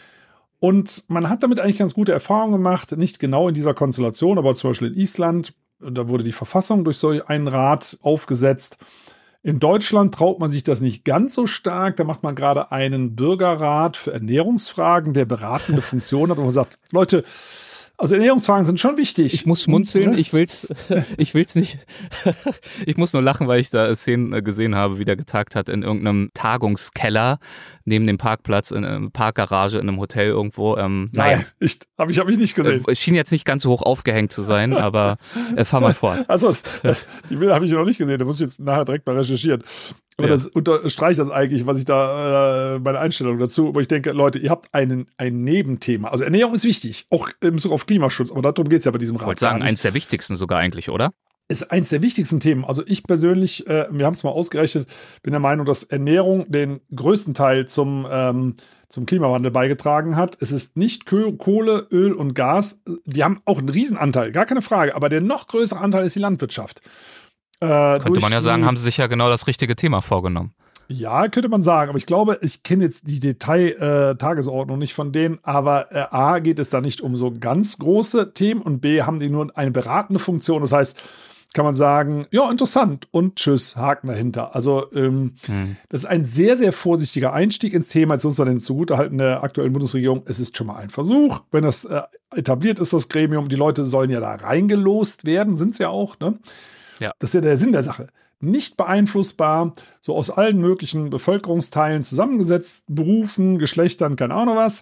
Und man hat damit eigentlich ganz gute Erfahrungen gemacht, nicht genau in dieser Konstellation, aber zum Beispiel in Island, da wurde die Verfassung durch so einen Rat aufgesetzt. In Deutschland traut man sich das nicht ganz so stark. Da macht man gerade einen Bürgerrat für Ernährungsfragen, der beratende Funktion hat, wo man sagt, Leute, also Ernährungsfragen sind schon wichtig. Ich muss schmunzeln, ich will's, ich will's nicht. Ich muss nur lachen, weil ich da Szenen gesehen habe, wie der getagt hat in irgendeinem Tagungskeller neben dem Parkplatz, in einer Parkgarage in einem Hotel irgendwo. Ähm, naja, Nein, ich, habe ich, hab ich nicht gesehen. Es schien jetzt nicht ganz so hoch aufgehängt zu sein, aber äh, fahr mal fort. Achso, die Bilder habe ich noch nicht gesehen, da muss ich jetzt nachher direkt mal recherchieren. Aber ja. Das unterstreicht das eigentlich, was ich da, äh, meine Einstellung dazu, wo ich denke, Leute, ihr habt einen, ein Nebenthema. Also Ernährung ist wichtig, auch in Bezug auf Klimaschutz, aber darum geht es ja bei diesem Rat. Ich wollte sagen, eins der wichtigsten sogar eigentlich, oder? ist eins der wichtigsten Themen. Also ich persönlich, äh, wir haben es mal ausgerechnet, bin der Meinung, dass Ernährung den größten Teil zum, ähm, zum Klimawandel beigetragen hat. Es ist nicht Kohle, Öl und Gas. Die haben auch einen Riesenanteil, gar keine Frage. Aber der noch größere Anteil ist die Landwirtschaft. Äh, Könnte man ja die, sagen, haben sie sich ja genau das richtige Thema vorgenommen. Ja, könnte man sagen. Aber ich glaube, ich kenne jetzt die Detail-Tagesordnung äh, nicht von denen. Aber äh, A, geht es da nicht um so ganz große Themen und B, haben die nur eine beratende Funktion. Das heißt, kann man sagen, ja, interessant und tschüss, Haken dahinter. Also ähm, hm. das ist ein sehr, sehr vorsichtiger Einstieg ins Thema. Jetzt muss man den zugutehalten der aktuellen Bundesregierung. Es ist schon mal ein Versuch. Wenn das äh, etabliert ist, das Gremium, die Leute sollen ja da reingelost werden, sind es ja auch. Ne? Ja. Das ist ja der Sinn der Sache. Nicht beeinflussbar, so aus allen möglichen Bevölkerungsteilen zusammengesetzt, Berufen, Geschlechtern, keine Ahnung was,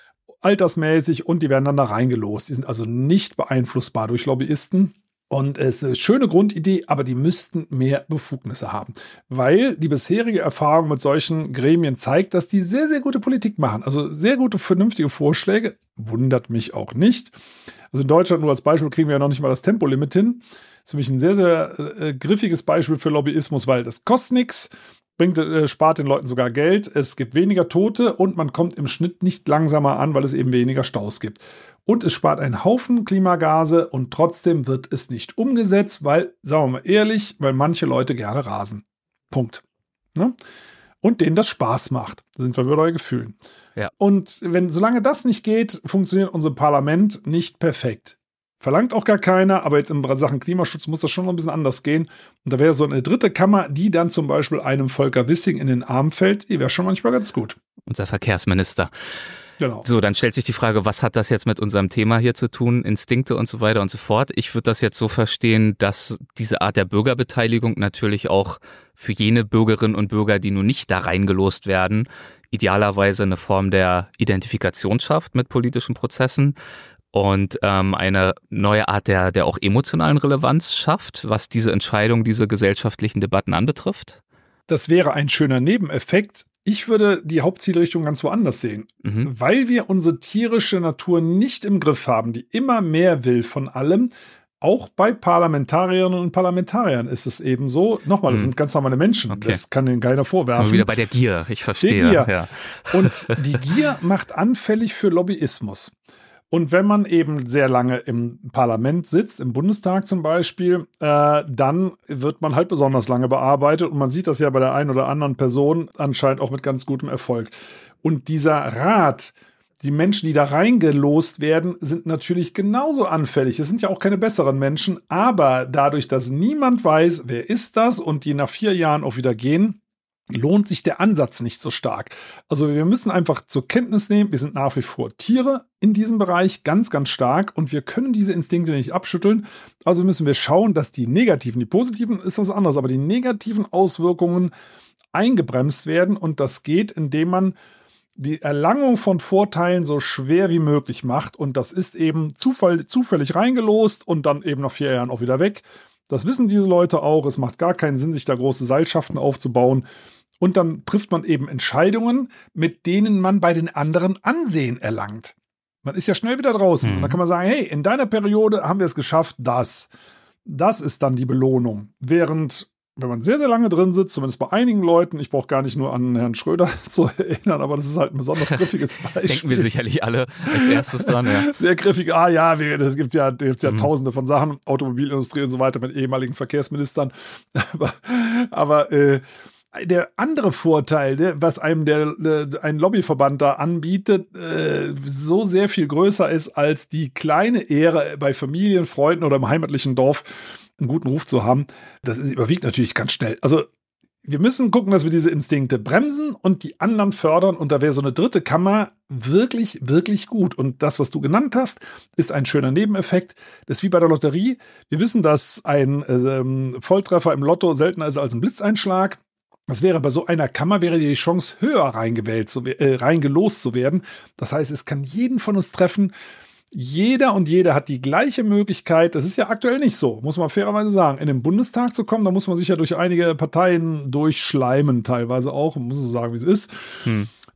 altersmäßig und die werden dann da reingelost. Die sind also nicht beeinflussbar durch Lobbyisten. Und es ist eine schöne Grundidee, aber die müssten mehr Befugnisse haben. Weil die bisherige Erfahrung mit solchen Gremien zeigt, dass die sehr, sehr gute Politik machen. Also sehr gute, vernünftige Vorschläge. Wundert mich auch nicht. Also in Deutschland, nur als Beispiel, kriegen wir ja noch nicht mal das Tempolimit hin. Das ist für mich ein sehr, sehr äh, griffiges Beispiel für Lobbyismus, weil das kostet nichts, bringt, äh, spart den Leuten sogar Geld. Es gibt weniger Tote und man kommt im Schnitt nicht langsamer an, weil es eben weniger Staus gibt. Und es spart einen Haufen Klimagase und trotzdem wird es nicht umgesetzt, weil, sagen wir mal ehrlich, weil manche Leute gerne rasen. Punkt. Ne? Und denen das Spaß macht. Da sind wir bei euren Gefühlen. Ja. Und wenn, solange das nicht geht, funktioniert unser Parlament nicht perfekt. Verlangt auch gar keiner, aber jetzt in Sachen Klimaschutz muss das schon noch ein bisschen anders gehen. Und da wäre so eine dritte Kammer, die dann zum Beispiel einem Volker Wissing in den Arm fällt, die wäre schon manchmal ganz gut. Unser Verkehrsminister. Genau. So, dann stellt sich die Frage, was hat das jetzt mit unserem Thema hier zu tun? Instinkte und so weiter und so fort. Ich würde das jetzt so verstehen, dass diese Art der Bürgerbeteiligung natürlich auch für jene Bürgerinnen und Bürger, die nun nicht da reingelost werden, idealerweise eine Form der Identifikation schafft mit politischen Prozessen und ähm, eine neue Art der, der auch emotionalen Relevanz schafft, was diese Entscheidung, diese gesellschaftlichen Debatten anbetrifft? Das wäre ein schöner Nebeneffekt. Ich würde die Hauptzielrichtung ganz woanders sehen, mhm. weil wir unsere tierische Natur nicht im Griff haben, die immer mehr will von allem. Auch bei Parlamentarierinnen und Parlamentariern ist es eben so. Nochmal, das mhm. sind ganz normale Menschen. Okay. Das kann denen keiner vorwerfen. Sind wir wieder bei der Gier, ich verstehe. Die Gier. Ja. Und die Gier macht anfällig für Lobbyismus. Und wenn man eben sehr lange im Parlament sitzt, im Bundestag zum Beispiel, äh, dann wird man halt besonders lange bearbeitet. Und man sieht das ja bei der einen oder anderen Person anscheinend auch mit ganz gutem Erfolg. Und dieser Rat, die Menschen, die da reingelost werden, sind natürlich genauso anfällig. Es sind ja auch keine besseren Menschen. Aber dadurch, dass niemand weiß, wer ist das und die nach vier Jahren auch wieder gehen, lohnt sich der Ansatz nicht so stark. Also wir müssen einfach zur Kenntnis nehmen, wir sind nach wie vor Tiere in diesem Bereich ganz, ganz stark und wir können diese Instinkte nicht abschütteln. Also müssen wir schauen, dass die negativen, die positiven ist was anderes, aber die negativen Auswirkungen eingebremst werden und das geht, indem man die Erlangung von Vorteilen so schwer wie möglich macht und das ist eben zufall, zufällig reingelost und dann eben nach vier Jahren auch wieder weg. Das wissen diese Leute auch. Es macht gar keinen Sinn, sich da große Seilschaften aufzubauen. Und dann trifft man eben Entscheidungen, mit denen man bei den anderen Ansehen erlangt. Man ist ja schnell wieder draußen. Mhm. Und dann kann man sagen, hey, in deiner Periode haben wir es geschafft, das. Das ist dann die Belohnung. Während, wenn man sehr, sehr lange drin sitzt, zumindest bei einigen Leuten, ich brauche gar nicht nur an Herrn Schröder zu erinnern, aber das ist halt ein besonders griffiges Beispiel. Denken wir sicherlich alle als erstes dran, ja. Sehr griffig, ah ja, es gibt ja, gibt's ja mhm. tausende von Sachen, Automobilindustrie und so weiter mit ehemaligen Verkehrsministern. aber aber äh, der andere Vorteil, der, was einem der, der ein Lobbyverband da anbietet, äh, so sehr viel größer ist als die kleine Ehre bei Familien, Freunden oder im heimatlichen Dorf einen guten Ruf zu haben. Das ist, überwiegt natürlich ganz schnell. Also wir müssen gucken, dass wir diese Instinkte bremsen und die anderen fördern. Und da wäre so eine dritte Kammer wirklich, wirklich gut. Und das, was du genannt hast, ist ein schöner Nebeneffekt. Das ist wie bei der Lotterie. Wir wissen, dass ein äh, Volltreffer im Lotto seltener ist als ein Blitzeinschlag. Das wäre bei so einer Kammer, wäre die Chance höher reingewählt, zu, äh, reingelost zu werden. Das heißt, es kann jeden von uns treffen. Jeder und jede hat die gleiche Möglichkeit. Das ist ja aktuell nicht so, muss man fairerweise sagen. In den Bundestag zu kommen, da muss man sich ja durch einige Parteien durchschleimen, teilweise auch. Man muss so sagen, wie es ist. Hm.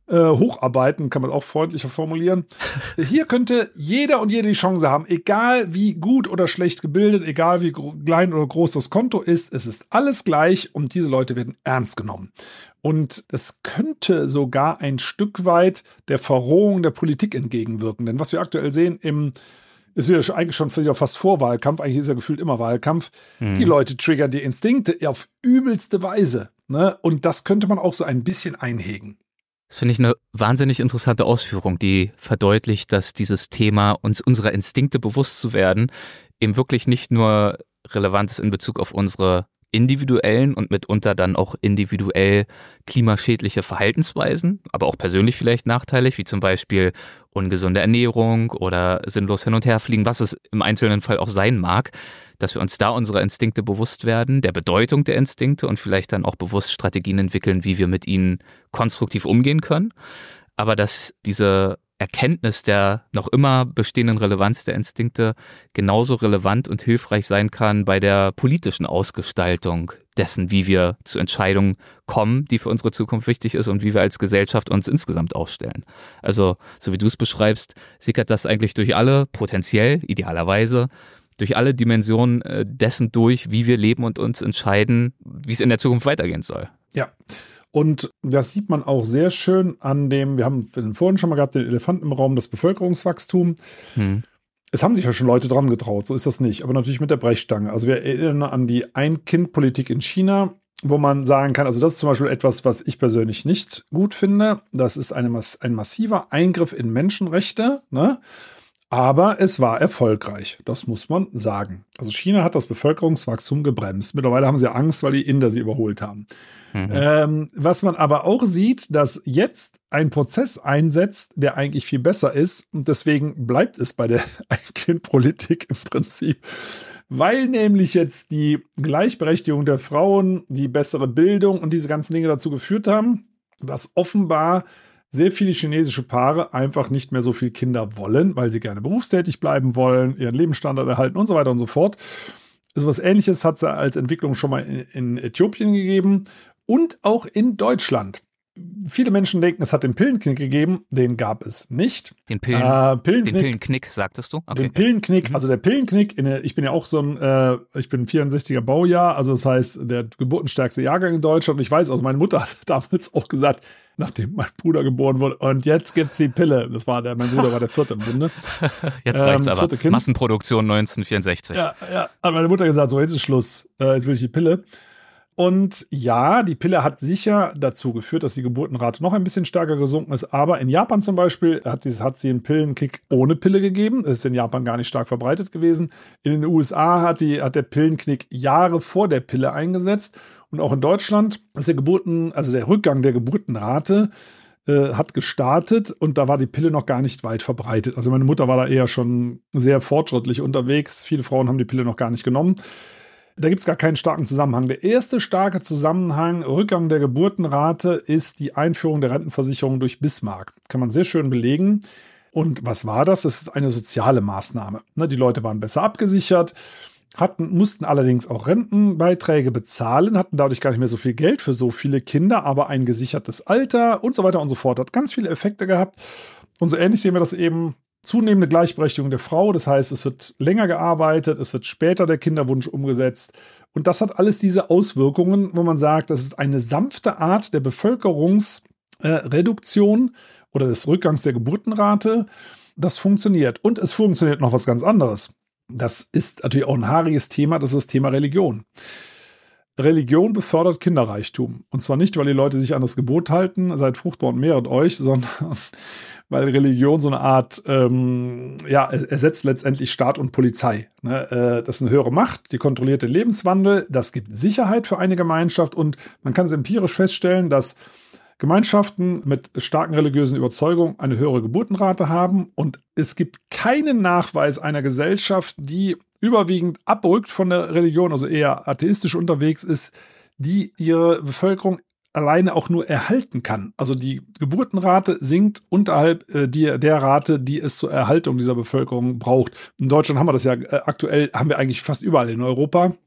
äh, hocharbeiten, kann man auch freundlicher formulieren. Hier könnte jeder und jede die Chance haben, egal wie gut oder schlecht gebildet, egal wie gro- klein oder groß das Konto ist, es ist alles gleich und diese Leute werden ernst genommen. Und das könnte sogar ein Stück weit der Verrohung der Politik entgegenwirken. Denn was wir aktuell sehen im ist ja eigentlich schon wieder fast Vorwahlkampf, eigentlich ist ja gefühlt immer Wahlkampf. Mhm. Die Leute triggern die Instinkte auf übelste Weise. Ne? Und das könnte man auch so ein bisschen einhegen. Das finde ich eine wahnsinnig interessante Ausführung, die verdeutlicht, dass dieses Thema, uns unserer Instinkte bewusst zu werden, eben wirklich nicht nur relevant ist in Bezug auf unsere individuellen und mitunter dann auch individuell klimaschädliche Verhaltensweisen, aber auch persönlich vielleicht nachteilig, wie zum Beispiel ungesunde Ernährung oder sinnlos hin und her fliegen, was es im einzelnen Fall auch sein mag, dass wir uns da unserer Instinkte bewusst werden, der Bedeutung der Instinkte und vielleicht dann auch bewusst Strategien entwickeln, wie wir mit ihnen konstruktiv umgehen können. Aber dass diese Erkenntnis der noch immer bestehenden Relevanz der Instinkte genauso relevant und hilfreich sein kann bei der politischen Ausgestaltung dessen, wie wir zu Entscheidungen kommen, die für unsere Zukunft wichtig ist und wie wir als Gesellschaft uns insgesamt aufstellen. Also, so wie du es beschreibst, sickert das eigentlich durch alle, potenziell, idealerweise, durch alle Dimensionen dessen durch, wie wir leben und uns entscheiden, wie es in der Zukunft weitergehen soll. Ja. Und das sieht man auch sehr schön an dem, wir haben vorhin schon mal gehabt, den Elefanten im Raum, das Bevölkerungswachstum. Hm. Es haben sich ja schon Leute dran getraut, so ist das nicht, aber natürlich mit der Brechstange. Also wir erinnern an die Ein-Kind-Politik in China, wo man sagen kann, also das ist zum Beispiel etwas, was ich persönlich nicht gut finde. Das ist eine, ein massiver Eingriff in Menschenrechte, ne? Aber es war erfolgreich, das muss man sagen. Also China hat das Bevölkerungswachstum gebremst. Mittlerweile haben sie Angst, weil die Inder sie überholt haben. Mhm. Ähm, was man aber auch sieht, dass jetzt ein Prozess einsetzt, der eigentlich viel besser ist. Und deswegen bleibt es bei der Ein-Kind-Politik im Prinzip. Weil nämlich jetzt die Gleichberechtigung der Frauen, die bessere Bildung und diese ganzen Dinge dazu geführt haben, dass offenbar sehr viele chinesische Paare einfach nicht mehr so viele Kinder wollen, weil sie gerne berufstätig bleiben wollen, ihren Lebensstandard erhalten und so weiter und so fort. Also was Ähnliches hat es als Entwicklung schon mal in, in Äthiopien gegeben und auch in Deutschland. Viele Menschen denken, es hat den Pillenknick gegeben, den gab es nicht. Den, Pillen, äh, Pillenknick, den Pillenknick, sagtest du? Okay. Den Pillenknick, also der Pillenknick, in der, ich bin ja auch so ein, äh, ich bin vierundsechziger Baujahr, also das heißt, der geburtenstärkste Jahrgang in Deutschland. Und ich weiß, also meine Mutter hat damals auch gesagt, nachdem mein Bruder geboren wurde, und jetzt gibt's die Pille. Das war der, mein Bruder war der vierte im Bunde. Jetzt reicht's ähm, aber. Massenproduktion neunzehnhundertvierundsechzig. Ja, ja, hat meine Mutter gesagt, so jetzt ist Schluss, äh, jetzt will ich die Pille. Und ja, die Pille hat sicher dazu geführt, dass die Geburtenrate noch ein bisschen stärker gesunken ist. Aber in Japan zum Beispiel hat, dieses, hat sie einen Pillenkick ohne Pille gegeben. Das ist in Japan gar nicht stark verbreitet gewesen. In den U S A hat, die, hat der Pillenknick Jahre vor der Pille eingesetzt. Und auch in Deutschland ist der Geburten, also der Rückgang der Geburtenrate äh, hat gestartet. Und da war die Pille noch gar nicht weit verbreitet. Also meine Mutter war da eher schon sehr fortschrittlich unterwegs. Viele Frauen haben die Pille noch gar nicht genommen. Da gibt es gar keinen starken Zusammenhang. Der erste starke Zusammenhang, Rückgang der Geburtenrate, ist die Einführung der Rentenversicherung durch Bismarck. Kann man sehr schön belegen. Und was war das? Das ist eine soziale Maßnahme. Ne, die Leute waren besser abgesichert, hatten, mussten allerdings auch Rentenbeiträge bezahlen, hatten dadurch gar nicht mehr so viel Geld für so viele Kinder, aber ein gesichertes Alter und so weiter und so fort. Hat ganz viele Effekte gehabt. Und so ähnlich sehen wir das eben. Zunehmende Gleichberechtigung der Frau, das heißt, es wird länger gearbeitet, es wird später der Kinderwunsch umgesetzt. Und das hat alles diese Auswirkungen, wo man sagt, das ist eine sanfte Art der Bevölkerungsreduktion äh, oder des Rückgangs der Geburtenrate. Das funktioniert. Und es funktioniert noch was ganz anderes. Das ist natürlich auch ein haariges Thema, das ist das Thema Religion. Religion befördert Kinderreichtum. Und zwar nicht, weil die Leute sich an das Gebot halten, seid fruchtbar und mehret euch, sondern weil Religion so eine Art, ähm, ja, ersetzt letztendlich Staat und Polizei. Ne? Äh, das ist eine höhere Macht, die kontrolliert den Lebenswandel, das gibt Sicherheit für eine Gemeinschaft und man kann es empirisch feststellen, dass Gemeinschaften mit starken religiösen Überzeugungen eine höhere Geburtenrate haben und es gibt keinen Nachweis einer Gesellschaft, die überwiegend abrückt von der Religion, also eher atheistisch unterwegs ist, die ihre Bevölkerung alleine auch nur erhalten kann. Also die Geburtenrate sinkt unterhalb äh, die, der Rate, die es zur Erhaltung dieser Bevölkerung braucht. In Deutschland haben wir das ja äh, aktuell, haben wir eigentlich fast überall in Europa.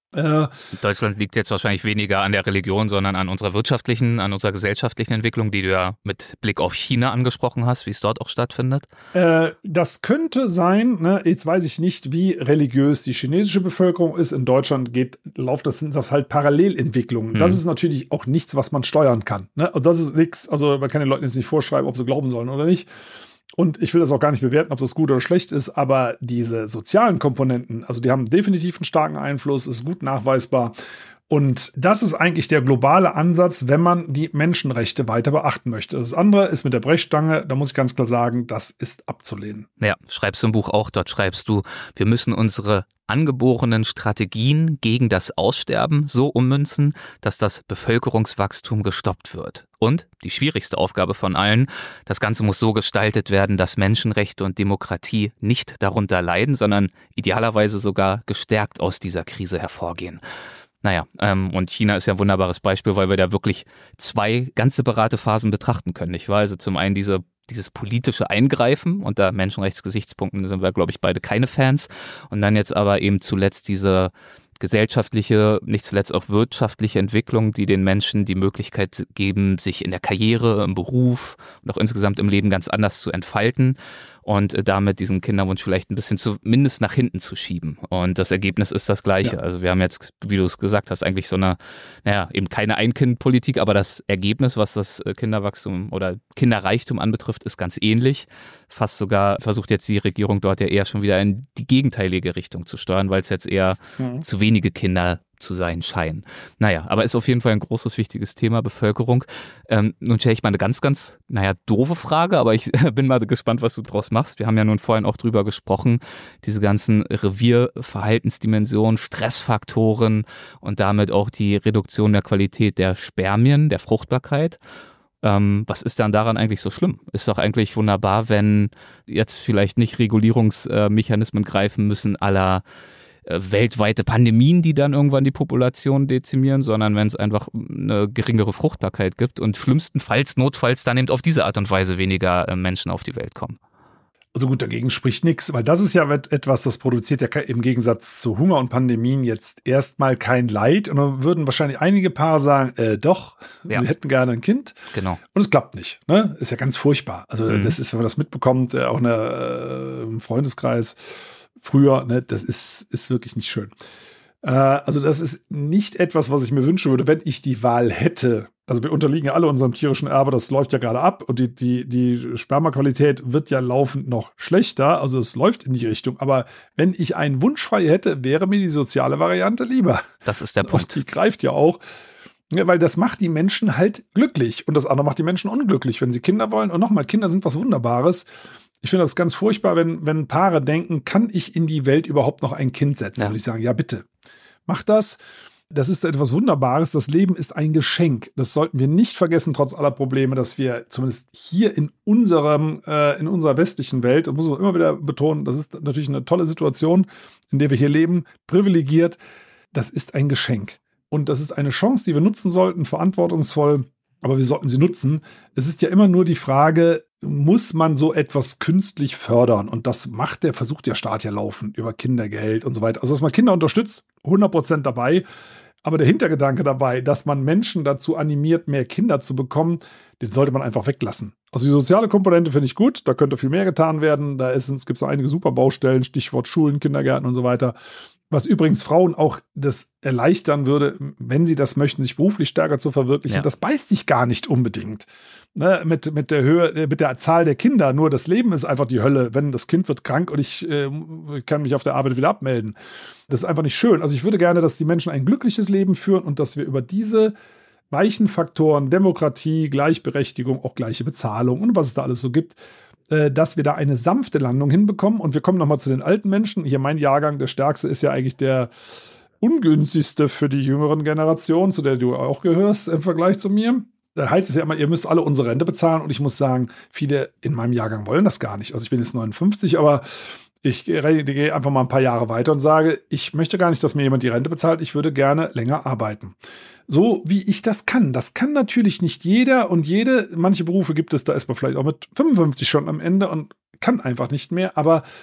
Äh, Deutschland liegt jetzt wahrscheinlich weniger an der Religion, sondern an unserer wirtschaftlichen, an unserer gesellschaftlichen Entwicklung, die du ja mit Blick auf China angesprochen hast, wie es dort auch stattfindet. Äh, das könnte sein, ne? Jetzt weiß ich nicht, wie religiös die chinesische Bevölkerung ist. In Deutschland geht, läuft das, sind das halt Parallelentwicklungen. Hm. Das ist natürlich auch nichts, was man steuern kann. Ne? Und das ist nichts, also man kann den Leuten jetzt nicht vorschreiben, ob sie glauben sollen oder nicht. Und ich will das auch gar nicht bewerten, ob das gut oder schlecht ist, aber diese sozialen Komponenten, also die haben definitiv einen starken Einfluss, ist gut nachweisbar. Und das ist eigentlich der globale Ansatz, wenn man die Menschenrechte weiter beachten möchte. Das andere ist mit der Brechstange, da muss ich ganz klar sagen, das ist abzulehnen. Ja, schreibst du im Buch auch, dort schreibst du, wir müssen unsere angeborenen Strategien gegen das Aussterben so ummünzen, dass das Bevölkerungswachstum gestoppt wird. Und die schwierigste Aufgabe von allen, das Ganze muss so gestaltet werden, dass Menschenrechte und Demokratie nicht darunter leiden, sondern idealerweise sogar gestärkt aus dieser Krise hervorgehen. Naja, ähm, und China ist ja ein wunderbares Beispiel, weil wir da wirklich zwei ganz separate Phasen betrachten können. Ich weiß, also zum einen diese, dieses politische Eingreifen, unter Menschenrechtsgesichtspunkten sind wir, glaube ich, beide keine Fans. Und dann jetzt aber eben zuletzt diese gesellschaftliche, nicht zuletzt auch wirtschaftliche Entwicklung, die den Menschen die Möglichkeit geben, sich in der Karriere, im Beruf und auch insgesamt im Leben ganz anders zu entfalten und damit diesen Kinderwunsch vielleicht ein bisschen zumindest nach hinten zu schieben. Und das Ergebnis ist das Gleiche. Ja. Also wir haben jetzt, wie du es gesagt hast, eigentlich so eine, naja, eben keine Ein-Kind-Politik, aber das Ergebnis, was das Kinderwachstum oder Kinderreichtum anbetrifft, ist ganz ähnlich. Fast sogar versucht jetzt die Regierung dort ja eher schon wieder in die gegenteilige Richtung zu steuern, weil es jetzt eher mhm. zu wenige Kinder zu sein scheinen. Naja, aber ist auf jeden Fall ein großes, wichtiges Thema, Bevölkerung. Ähm, nun stelle ich mal eine ganz, ganz, naja, doofe Frage, aber ich bin mal gespannt, was du draus machst. Wir haben ja nun vorhin auch drüber gesprochen, diese ganzen Revierverhaltensdimensionen, Stressfaktoren und damit auch die Reduktion der Qualität der Spermien, der Fruchtbarkeit. Ähm, was ist dann daran eigentlich so schlimm? Ist doch eigentlich wunderbar, wenn jetzt vielleicht nicht Regulierungsmechanismen greifen müssen, à la weltweite Pandemien, die dann irgendwann die Population dezimieren, sondern wenn es einfach eine geringere Fruchtbarkeit gibt und schlimmstenfalls, notfalls dann eben auf diese Art und Weise weniger Menschen auf die Welt kommen. Also gut, dagegen spricht nichts, weil das ist ja etwas, das produziert ja im Gegensatz zu Hunger und Pandemien jetzt erstmal kein Leid. Und dann würden wahrscheinlich einige Paare sagen, äh, doch, ja. wir hätten gerne ein Kind. Genau. Und es klappt nicht. Ne? Ist ja ganz furchtbar. Also mhm. das ist, wenn man das mitbekommt, auch eine, äh, im Freundeskreis, früher, ne, das ist, ist wirklich nicht schön. Äh, also das ist nicht etwas, was ich mir wünschen würde, wenn ich die Wahl hätte. Also wir unterliegen ja alle unserem tierischen Erbe, das läuft ja gerade ab und die, die, die Spermaqualität wird ja laufend noch schlechter, also es läuft in die Richtung. Aber wenn ich einen Wunsch frei hätte, wäre mir die soziale Variante lieber. Das ist der Punkt. Und die greift ja auch. Ja, weil das macht die Menschen halt glücklich und das andere macht die Menschen unglücklich, wenn sie Kinder wollen. Und nochmal, Kinder sind was Wunderbares. Ich finde das ganz furchtbar, wenn, wenn Paare denken, kann ich in die Welt überhaupt noch ein Kind setzen? Ja. Und ich sage, ja bitte, mach das. Das ist etwas Wunderbares. Das Leben ist ein Geschenk. Das sollten wir nicht vergessen, trotz aller Probleme, dass wir zumindest hier in unserem, äh, in unserer westlichen Welt, das muss man immer wieder betonen, das ist natürlich eine tolle Situation, in der wir hier leben, privilegiert. Das ist ein Geschenk. Und das ist eine Chance, die wir nutzen sollten, verantwortungsvoll. Aber wir sollten sie nutzen. Es ist ja immer nur die Frage, muss man so etwas künstlich fördern? Und das macht der, versucht der Staat ja laufend über Kindergeld und so weiter. Also, dass man Kinder unterstützt, hundert Prozent dabei. Aber der Hintergedanke dabei, dass man Menschen dazu animiert, mehr Kinder zu bekommen, den sollte man einfach weglassen. Also die soziale Komponente finde ich gut. Da könnte viel mehr getan werden. Da ist, es gibt so einige super Baustellen, Stichwort Schulen, Kindergärten und so weiter. Was übrigens Frauen auch das erleichtern würde, wenn sie das möchten, sich beruflich stärker zu verwirklichen. Ja. Das beißt sich gar nicht unbedingt. Ne, mit, mit der Höhe, mit der Zahl der Kinder. Nur das Leben ist einfach die Hölle, wenn das Kind wird krank und ich äh, kann mich auf der Arbeit wieder abmelden. Das ist einfach nicht schön. Also ich würde gerne, dass die Menschen ein glückliches Leben führen und dass wir über diese weichen Faktoren, Demokratie, Gleichberechtigung, auch gleiche Bezahlung und was es da alles so gibt, dass wir da eine sanfte Landung hinbekommen. Und wir kommen nochmal zu den alten Menschen. Hier mein Jahrgang, der stärkste, ist ja eigentlich der ungünstigste für die jüngeren Generationen, zu der du auch gehörst im Vergleich zu mir. Da heißt es ja immer, ihr müsst alle unsere Rente bezahlen. Und ich muss sagen, viele in meinem Jahrgang wollen das gar nicht. Also ich bin jetzt neunundfünfzig, aber ich gehe einfach mal ein paar Jahre weiter und sage, ich möchte gar nicht, dass mir jemand die Rente bezahlt. Ich würde gerne länger arbeiten. So wie ich das kann. Das kann natürlich nicht jeder und jede. Manche Berufe gibt es, da ist man vielleicht auch mit fünfundfünfzig schon am Ende und kann einfach nicht mehr. Aber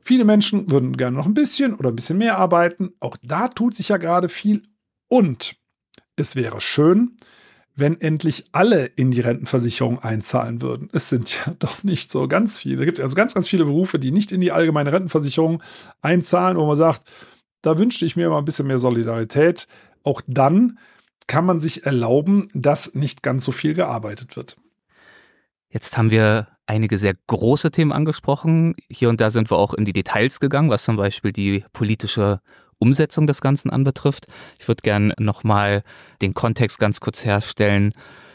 Viele Menschen würden gerne noch ein bisschen oder ein bisschen mehr arbeiten. Auch da tut sich ja gerade viel. Und es wäre schön, wenn endlich alle in die Rentenversicherung einzahlen würden. Es sind ja doch nicht so ganz viele. Es gibt also ganz, ganz viele Berufe, die nicht in die allgemeine Rentenversicherung einzahlen, wo man sagt, da wünschte ich mir mal ein bisschen mehr Solidarität. Auch dann kann man sich erlauben, dass nicht ganz so viel gearbeitet wird. Jetzt haben wir einige sehr große Themen angesprochen. Hier und da sind wir auch in die Details gegangen, was zum Beispiel die politische Umsetzung des Ganzen anbetrifft. Ich würde gerne nochmal den Kontext ganz kurz herstellen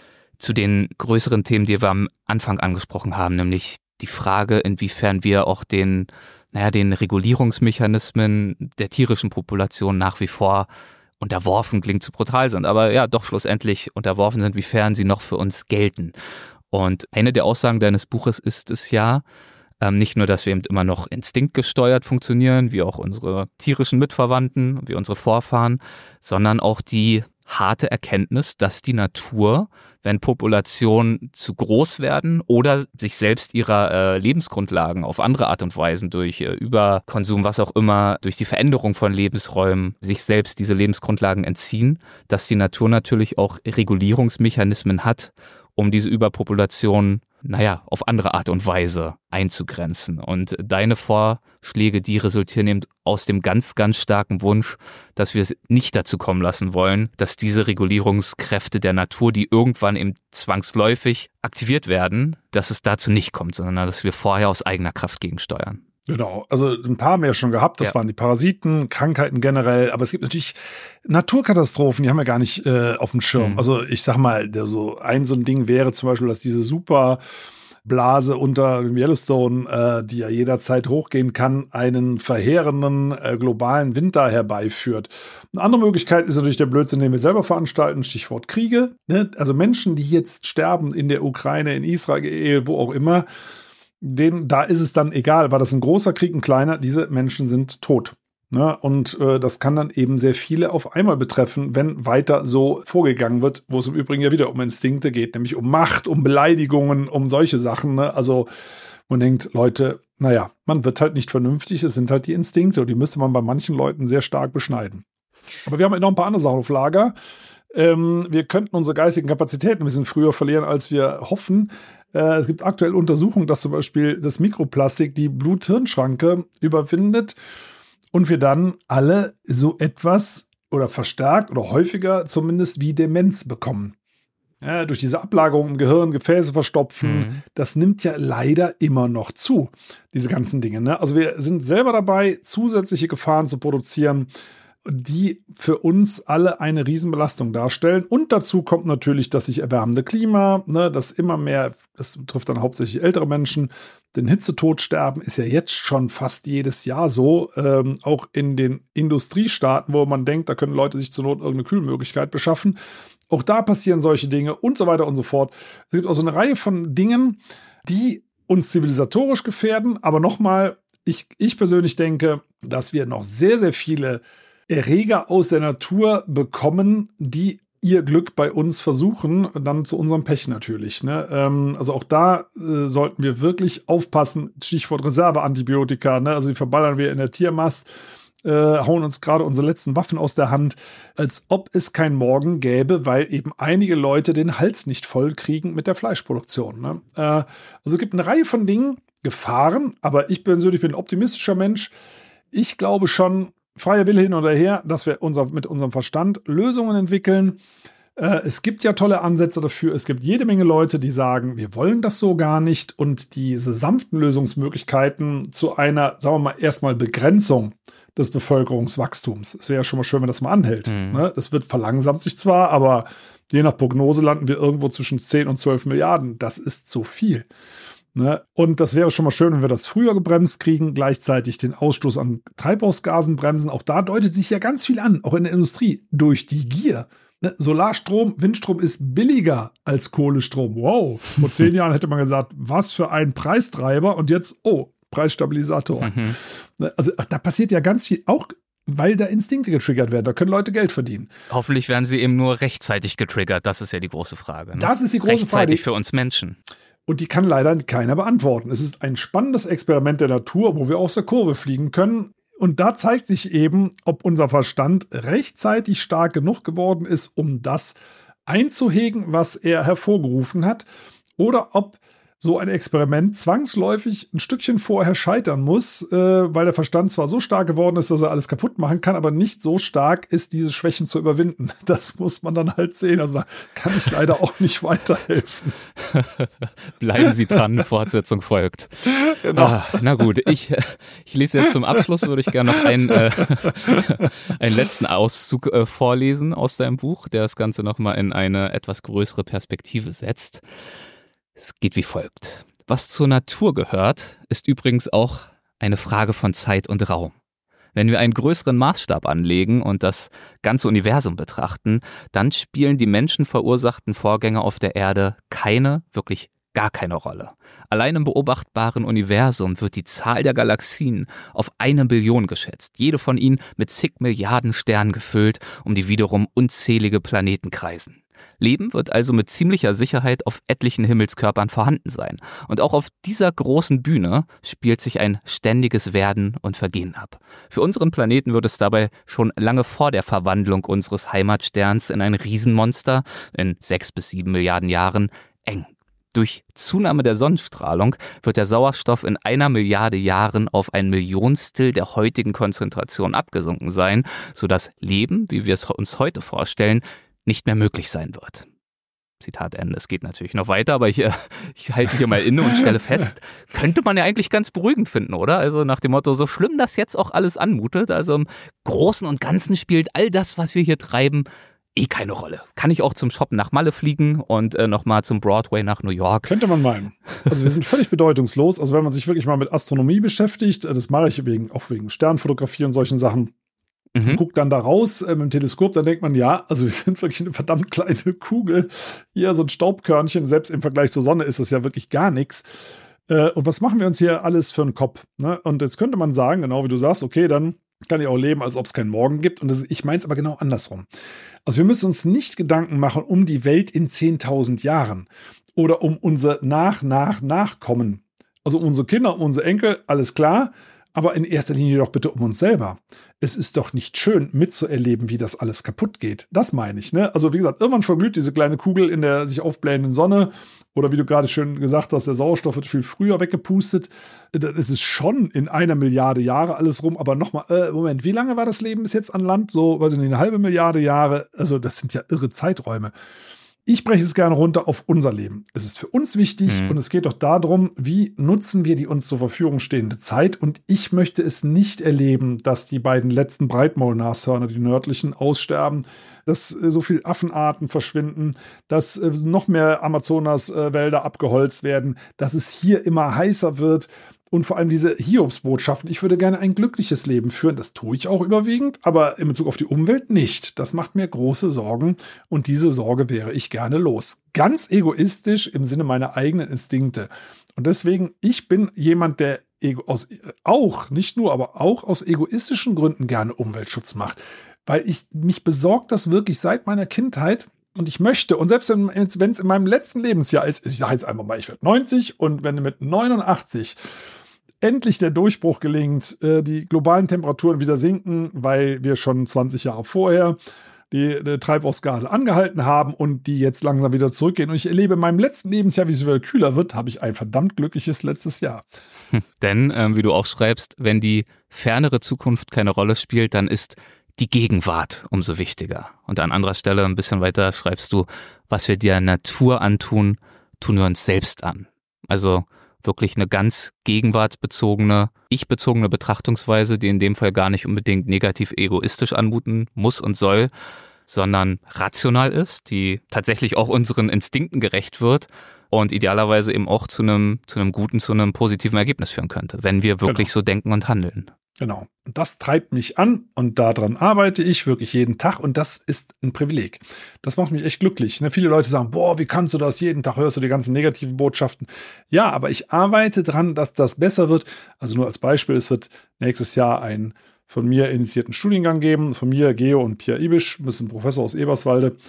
zu den größeren Themen, die wir am Anfang angesprochen haben, nämlich die Frage, inwiefern wir auch den, naja, den Regulierungsmechanismen der tierischen Population nach wie vor unterworfen, klingt zu brutal sind, aber ja, doch schlussendlich unterworfen sind, wiefern sie noch für uns gelten. Und eine der Aussagen deines Buches ist es ja, ähm, nicht nur, dass wir eben immer noch instinktgesteuert funktionieren, wie auch unsere tierischen Mitverwandten, wie unsere Vorfahren, sondern auch die harte Erkenntnis, dass die Natur, wenn Populationen zu groß werden oder sich selbst ihrer äh, Lebensgrundlagen auf andere Art und Weisen durch äh, Überkonsum, was auch immer, durch die Veränderung von Lebensräumen sich selbst diese Lebensgrundlagen entziehen, dass die Natur natürlich auch Regulierungsmechanismen hat, um diese Überpopulation, naja, auf andere Art und Weise einzugrenzen. Und deine Vorschläge, die resultieren eben aus dem ganz, ganz starken Wunsch, dass wir es nicht dazu kommen lassen wollen, dass diese Regulierungskräfte der Natur, die irgendwann eben zwangsläufig aktiviert werden, dass es dazu nicht kommt, sondern dass wir vorher aus eigener Kraft gegensteuern. Genau, also ein paar haben wir ja schon gehabt, das ja. waren die Parasiten, Krankheiten generell, aber es gibt natürlich Naturkatastrophen, die haben wir gar nicht äh, auf dem Schirm. Mhm. Also ich sag mal, der, so ein so ein Ding wäre zum Beispiel, dass diese Superblase unter dem Yellowstone, äh, die ja jederzeit hochgehen kann, einen verheerenden äh, globalen Winter herbeiführt. Eine andere Möglichkeit ist natürlich der Blödsinn, den wir selber veranstalten, Stichwort Kriege. Ne? Also Menschen, die jetzt sterben in der Ukraine, in Israel, wo auch immer, denen, da ist es dann egal, war das ein großer Krieg, ein kleiner, diese Menschen sind tot. Ne? Und äh, das kann dann eben sehr viele auf einmal betreffen, wenn weiter so vorgegangen wird, wo es im Übrigen ja wieder um Instinkte geht, nämlich um Macht, um Beleidigungen, um solche Sachen. Ne? Also man denkt, Leute, naja, man wird halt nicht vernünftig, es sind halt die Instinkte und die müsste man bei manchen Leuten sehr stark beschneiden. Aber wir haben noch ein paar andere Sachen auf Lager. Ähm, wir könnten unsere geistigen Kapazitäten ein bisschen früher verlieren, als wir hoffen. Äh, es gibt aktuell Untersuchungen, dass zum Beispiel das Mikroplastik die Blut-Hirn-Schranke überwindet und wir dann alle so etwas oder verstärkt oder häufiger zumindest wie Demenz bekommen. Ja, durch diese Ablagerung im Gehirn, Gefäße verstopfen, mhm. das nimmt ja leider immer noch zu, diese ganzen Dinge. Ne? Also wir sind selber dabei, zusätzliche Gefahren zu produzieren, die für uns alle eine Riesenbelastung darstellen. Und dazu kommt natürlich das sich erwärmende Klima, ne, das immer mehr, das betrifft dann hauptsächlich ältere Menschen, den Hitzetod sterben, ist ja jetzt schon fast jedes Jahr so, ähm, auch in den Industriestaaten, wo man denkt, da können Leute sich zur Not irgendeine Kühlmöglichkeit beschaffen. Auch da passieren solche Dinge und so weiter und so fort. Es gibt also eine Reihe von Dingen, die uns zivilisatorisch gefährden, aber nochmal, ich, ich persönlich denke, dass wir noch sehr, sehr viele Erreger aus der Natur bekommen, die ihr Glück bei uns versuchen, dann zu unserem Pech natürlich. Ne? Ähm, also auch da äh, sollten wir wirklich aufpassen. Stichwort Reserveantibiotika. Ne? Also die verballern wir in der Tiermast, äh, hauen uns gerade unsere letzten Waffen aus der Hand, als ob es kein Morgen gäbe, weil eben einige Leute den Hals nicht voll kriegen mit der Fleischproduktion. Ne? Äh, also es gibt eine Reihe von Dingen, Gefahren, aber ich persönlich bin ein optimistischer Mensch. Ich glaube schon, freier Wille hin oder her, dass wir unser, mit unserem Verstand Lösungen entwickeln. Äh, es gibt ja tolle Ansätze dafür. Es gibt jede Menge Leute, die sagen, wir wollen das so gar nicht. Und diese sanften Lösungsmöglichkeiten zu einer, sagen wir mal, erstmal Begrenzung des Bevölkerungswachstums. Es wäre ja schon mal schön, wenn das mal anhält. Mhm. Ne? Das wird verlangsamt sich zwar, aber je nach Prognose landen wir irgendwo zwischen zehn und zwölf Milliarden. Das ist zu viel. Ne? Und das wäre schon mal schön, wenn wir das früher gebremst kriegen, gleichzeitig den Ausstoß an Treibhausgasen bremsen. Auch da deutet sich ja ganz viel an, auch in der Industrie, durch die Gier. Ne? Solarstrom, Windstrom ist billiger als Kohlestrom. Wow, vor zehn Jahren hätte man gesagt, was für ein Preistreiber und jetzt, oh, Preisstabilisator. Mhm. Ne? Also ach, da passiert ja ganz viel, auch weil da Instinkte getriggert werden. Da können Leute Geld verdienen. Hoffentlich werden sie eben nur rechtzeitig getriggert. Das ist ja die große Frage. Ne? Das ist die große rechtzeitig Frage. Rechtzeitig für uns Menschen. Und die kann leider keiner beantworten. Es ist ein spannendes Experiment der Natur, wo wir aus der Kurve fliegen können. Und da zeigt sich eben, ob unser Verstand rechtzeitig stark genug geworden ist, um das einzuhegen, was er hervorgerufen hat, oder ob so ein Experiment zwangsläufig ein Stückchen vorher scheitern muss, äh, weil der Verstand zwar so stark geworden ist, dass er alles kaputt machen kann, aber nicht so stark ist, diese Schwächen zu überwinden. Das muss man dann halt sehen. Also da kann ich leider auch nicht weiterhelfen. Bleiben Sie dran, Fortsetzung folgt. Genau. Ah, na gut, ich, ich lese jetzt zum Abschluss, würde ich gerne noch einen, äh, einen letzten Auszug äh, vorlesen aus deinem Buch, der das Ganze nochmal in eine etwas größere Perspektive setzt. Es geht wie folgt. Was zur Natur gehört, ist übrigens auch eine Frage von Zeit und Raum. Wenn wir einen größeren Maßstab anlegen und das ganze Universum betrachten, dann spielen die menschenverursachten Vorgänge auf der Erde keine, wirklich gar keine Rolle. Allein im beobachtbaren Universum wird die Zahl der Galaxien auf eine Billion geschätzt, jede von ihnen mit zig Milliarden Sternen gefüllt, um die wiederum unzählige Planeten kreisen. Leben wird also mit ziemlicher Sicherheit auf etlichen Himmelskörpern vorhanden sein. Und auch auf dieser großen Bühne spielt sich ein ständiges Werden und Vergehen ab. Für unseren Planeten wird es dabei schon lange vor der Verwandlung unseres Heimatsterns in ein Riesenmonster in sechs bis sieben Milliarden Jahren eng. Durch Zunahme der Sonnenstrahlung wird der Sauerstoff in einer Milliarde Jahren auf ein Millionstel der heutigen Konzentration abgesunken sein, sodass Leben, wie wir es uns heute vorstellen, nicht mehr möglich sein wird. Zitat Ende. Es geht natürlich noch weiter, aber ich, äh, ich halte hier mal inne und stelle fest, könnte man ja eigentlich ganz beruhigend finden, oder? Also nach dem Motto, so schlimm das jetzt auch alles anmutet, also im Großen und Ganzen spielt all das, was wir hier treiben, eh keine Rolle. Kann ich auch zum Shoppen nach Malle fliegen und äh, nochmal zum Broadway nach New York? Könnte man meinen. Also wir sind völlig bedeutungslos. Also wenn man sich wirklich mal mit Astronomie beschäftigt, das mache ich wegen, auch wegen Sternfotografie und solchen Sachen, Mhm. guckt dann da raus äh, mit dem Teleskop, dann denkt man, ja, also wir sind wirklich eine verdammt kleine Kugel. Hier so ein Staubkörnchen, selbst im Vergleich zur Sonne ist das ja wirklich gar nichts. Äh, und was machen wir uns hier alles für einen Kopf? Ne? Und jetzt könnte man sagen, genau wie du sagst, okay, dann kann ich auch leben, als ob es keinen Morgen gibt. Und das, ich meine es aber genau andersrum. Also wir müssen uns nicht Gedanken machen um die Welt in zehntausend Jahren oder um unser Nach-Nach-Nachkommen. Also um unsere Kinder, um unsere Enkel, alles klar. Aber in erster Linie doch bitte um uns selber. Es ist doch nicht schön, mitzuerleben, wie das alles kaputt geht. Das meine ich, ne? Also wie gesagt, irgendwann verglüht diese kleine Kugel in der sich aufblähenden Sonne. Oder wie du gerade schön gesagt hast, der Sauerstoff wird viel früher weggepustet. Dann ist es schon in einer Milliarde Jahre alles rum. Aber nochmal, äh, Moment, wie lange war das Leben bis jetzt an Land? So, weiß ich nicht, eine halbe Milliarde Jahre. Also das sind ja irre Zeiträume. Ich breche es gerne runter auf unser Leben. Es ist für uns wichtig mhm. und es geht doch darum, wie nutzen wir die uns zur Verfügung stehende Zeit. Und ich möchte es nicht erleben, dass die beiden letzten Breitmaulnashörner, die nördlichen, aussterben, dass äh, so viele Affenarten verschwinden, dass äh, noch mehr Amazonaswälder äh, abgeholzt werden, dass es hier immer heißer wird. Und vor allem diese Hiobsbotschaften. Ich würde gerne ein glückliches Leben führen. Das tue ich auch überwiegend, aber in Bezug auf die Umwelt nicht. Das macht mir große Sorgen und diese Sorge wäre ich gerne los. Ganz egoistisch im Sinne meiner eigenen Instinkte. Und deswegen, ich bin jemand, der ego- aus, auch, nicht nur, aber auch aus egoistischen Gründen gerne Umweltschutz macht. Weil ich mich besorgt das wirklich seit meiner Kindheit. Und ich möchte, und selbst wenn es in meinem letzten Lebensjahr ist, ich sage jetzt einfach mal, ich werde neunzig und wenn mit neunundachtzig endlich der Durchbruch gelingt, die globalen Temperaturen wieder sinken, weil wir schon zwanzig Jahre vorher die, die Treibhausgase angehalten haben und die jetzt langsam wieder zurückgehen. Und ich erlebe in meinem letzten Lebensjahr, wie es wieder kühler wird, habe ich ein verdammt glückliches letztes Jahr. Hm. Denn, ähm, wie du auch schreibst, wenn die fernere Zukunft keine Rolle spielt, dann ist die Gegenwart umso wichtiger. Und an anderer Stelle ein bisschen weiter schreibst du, was wir der Natur antun, tun wir uns selbst an. Also wirklich eine ganz gegenwartsbezogene, ich-bezogene Betrachtungsweise, die in dem Fall gar nicht unbedingt negativ egoistisch anmuten muss und soll, sondern rational ist, die tatsächlich auch unseren Instinkten gerecht wird und idealerweise eben auch zu einem, zu einem guten, zu einem positiven Ergebnis führen könnte, wenn wir wirklich genau so denken und handeln. Genau. Und das treibt mich an und daran arbeite ich wirklich jeden Tag und das ist ein Privileg. Das macht mich echt glücklich. Ne? Viele Leute sagen, boah, wie kannst du das? Jeden Tag hörst du die ganzen negativen Botschaften. Ja, aber ich arbeite dran, dass das besser wird. Also nur als Beispiel, es wird nächstes Jahr einen von mir initiierten Studiengang geben. Von mir, Geo und Pierre Ibisch, ein bisschen Professor aus Eberswalde.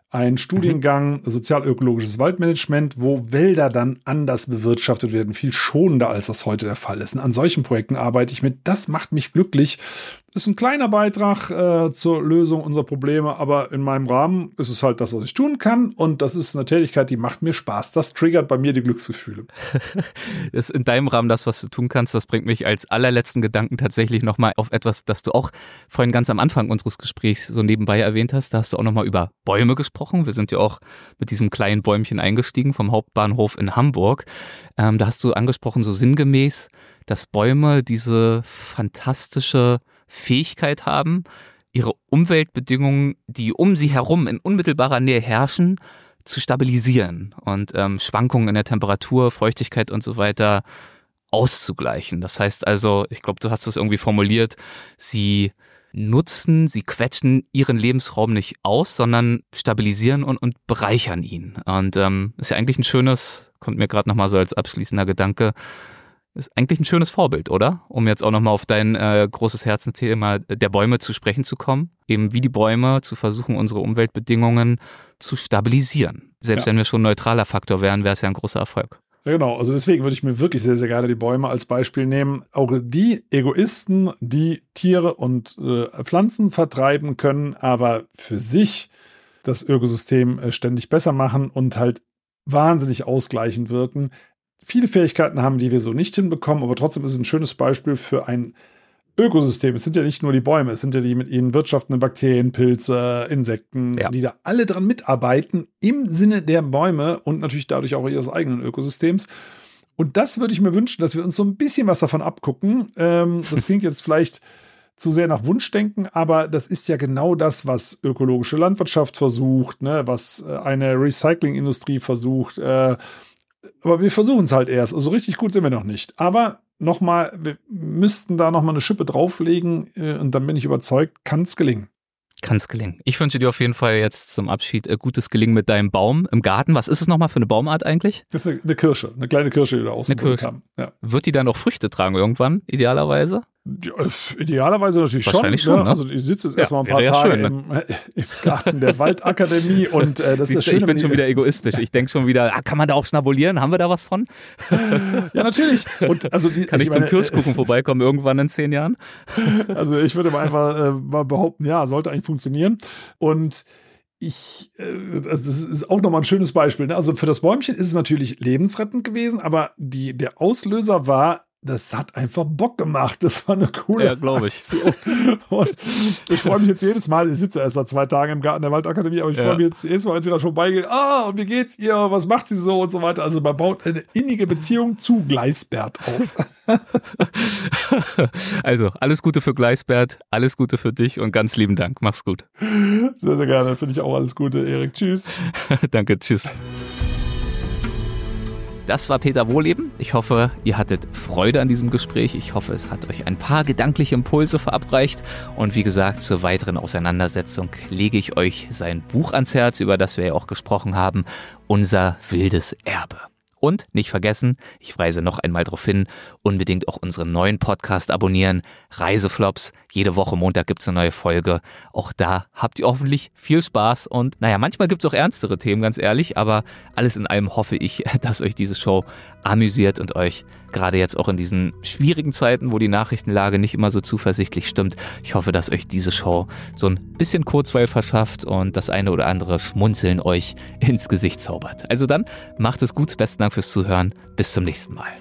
ein Studiengang sozialökologisches Waldmanagement, wo Wälder dann anders bewirtschaftet werden, viel schonender, als das heute der Fall ist. Und an solchen Projekten arbeite ich mit. Das macht mich glücklich. Das ist ein kleiner Beitrag äh, zur Lösung unserer Probleme, aber in meinem Rahmen ist es halt das, was ich tun kann. Und das ist eine Tätigkeit, die macht mir Spaß. Das triggert bei mir die Glücksgefühle. Das ist in deinem Rahmen das, was du tun kannst. Das bringt mich als allerletzten Gedanken tatsächlich nochmal auf etwas, das du auch vorhin ganz am Anfang unseres Gesprächs so nebenbei erwähnt hast. Da hast du auch nochmal über Bäume gesprochen. Wir sind ja auch mit diesem kleinen Bäumchen eingestiegen vom Hauptbahnhof in Hamburg. Ähm, da hast du angesprochen, so sinngemäß, dass Bäume diese fantastische Fähigkeit haben, ihre Umweltbedingungen, die um sie herum in unmittelbarer Nähe herrschen, zu stabilisieren und ähm, Schwankungen in der Temperatur, Feuchtigkeit und so weiter auszugleichen. Das heißt also, ich glaube, du hast es irgendwie formuliert, sie nutzen, sie quetschen ihren Lebensraum nicht aus, sondern stabilisieren und, und bereichern ihn. Und ähm, ist ja eigentlich ein schönes, kommt mir gerade nochmal so als abschließender Gedanke, ist eigentlich ein schönes Vorbild, oder? Um jetzt auch nochmal auf dein äh, großes Herzensthema der Bäume zu sprechen zu kommen. Eben wie die Bäume zu versuchen, unsere Umweltbedingungen zu stabilisieren. Selbst ja. wenn wir schon ein neutraler Faktor wären, wäre es ja ein großer Erfolg. Ja, genau, also deswegen würde ich mir wirklich sehr, sehr gerne die Bäume als Beispiel nehmen. Auch die Egoisten, die Tiere und äh, Pflanzen vertreiben können, aber für sich das Ökosystem äh, ständig besser machen und halt wahnsinnig ausgleichend wirken. Viele Fähigkeiten haben, die wir so nicht hinbekommen, aber trotzdem ist es ein schönes Beispiel für ein Ökosystem. Es sind ja nicht nur die Bäume, es sind ja die mit ihnen wirtschaftenden Bakterien, Pilze, Insekten, ja. die da alle dran mitarbeiten im Sinne der Bäume und natürlich dadurch auch ihres eigenen Ökosystems. Und das würde ich mir wünschen, dass wir uns so ein bisschen was davon abgucken. Ähm, das klingt jetzt vielleicht zu sehr nach Wunschdenken, aber das ist ja genau das, was ökologische Landwirtschaft versucht, ne, was eine Recyclingindustrie versucht, äh, aber wir versuchen es halt erst. Also richtig gut sind wir noch nicht. Aber nochmal, wir müssten da nochmal eine Schippe drauflegen äh, und dann bin ich überzeugt, kann es gelingen. Kann es gelingen. Ich wünsche dir auf jeden Fall jetzt zum Abschied äh, gutes Gelingen mit deinem Baum im Garten. Was ist es nochmal für eine Baumart eigentlich? Das ist eine, eine Kirsche, eine kleine Kirsche, die da ausgebrüht haben. Ja. Wird die dann auch Früchte tragen irgendwann, idealerweise? Ja, idealerweise natürlich Wahrscheinlich schon. schon ne? Also ich sitze jetzt ja, erstmal ein paar ja Tage schön, ne? im, im Garten der Waldakademie und äh, das Siehst ist das du, Schöne. Ich bin schon wieder egoistisch. Ich denke schon wieder, ah, kann man da auch schnabulieren? Haben wir da was von? Ja, natürlich. Und also die, kann ich, ich meine, zum Kirschkuchen vorbeikommen irgendwann in zehn Jahren? Also ich würde mal einfach äh, mal behaupten, ja, sollte eigentlich funktionieren. Und ich, äh, das ist auch nochmal ein schönes Beispiel. Ne? Also für das Bäumchen ist es natürlich lebensrettend gewesen, aber die, der Auslöser war, das hat einfach Bock gemacht. Das war eine coole Ja, glaube ich. Aktion. Und ich freue mich jetzt jedes Mal, ich sitze erst seit zwei Tagen im Garten der Waldakademie, aber ich ja. freue mich jetzt jedes Mal, wenn sie da vorbeigehen, ah, und wie geht's ihr, was macht sie so und so weiter. Also man baut eine innige Beziehung zu Gleisbert auf. Also, alles Gute für Gleisbert, alles Gute für dich und ganz lieben Dank. Mach's gut. Sehr, sehr gerne. Finde ich auch alles Gute, Erik. Tschüss. Danke, tschüss. Das war Peter Wohleben. Ich hoffe, ihr hattet Freude an diesem Gespräch. Ich hoffe, es hat euch ein paar gedankliche Impulse verabreicht. Und wie gesagt, zur weiteren Auseinandersetzung lege ich euch sein Buch ans Herz, über das wir ja auch gesprochen haben, Unser wildes Erbe. Und nicht vergessen, ich weise noch einmal darauf hin, unbedingt auch unseren neuen Podcast abonnieren, Reiseflops. Jede Woche Montag gibt es eine neue Folge. Auch da habt ihr hoffentlich viel Spaß und naja, manchmal gibt es auch ernstere Themen, ganz ehrlich, aber alles in allem hoffe ich, dass euch diese Show amüsiert und euch gerade jetzt auch in diesen schwierigen Zeiten, wo die Nachrichtenlage nicht immer so zuversichtlich stimmt, ich hoffe, dass euch diese Show so ein bisschen Kurzweil verschafft und das eine oder andere Schmunzeln euch ins Gesicht zaubert. Also dann, macht es gut, besten Dank fürs Zuhören, bis zum nächsten Mal.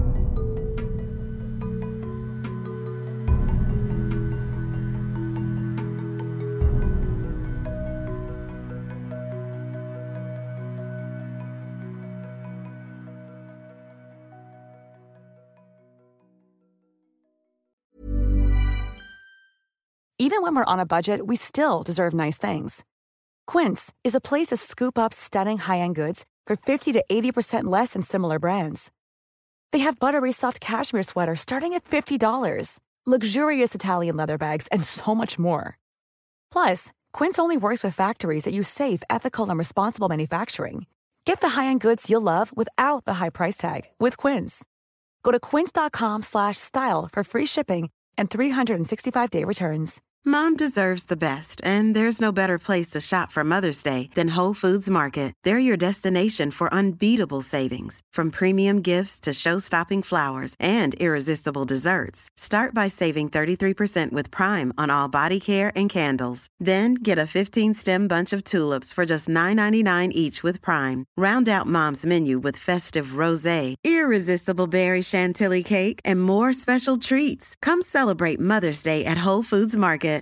Even when we're on a budget, we still deserve nice things. Quince is a place to scoop up stunning high-end goods for fifty to eighty percent less than similar brands. They have buttery soft cashmere sweaters starting at fifty dollars, luxurious Italian leather bags, and so much more. Plus, Quince only works with factories that use safe, ethical, and responsible manufacturing. Get the high-end goods you'll love without the high price tag with Quince. Go to quince dot com slash style for free shipping and three sixty-five day returns. Mom deserves the best, and there's no better place to shop for Mother's Day than Whole Foods Market. They're your destination for unbeatable savings, from premium gifts to show-stopping flowers and irresistible desserts. Start by saving thirty-three percent with Prime on all body care and candles. Then get a fifteen-stem bunch of tulips for just nine ninety-nine each with Prime. Round out Mom's menu with festive rosé, irresistible berry chantilly cake, and more special treats. Come celebrate Mother's Day at Whole Foods Market.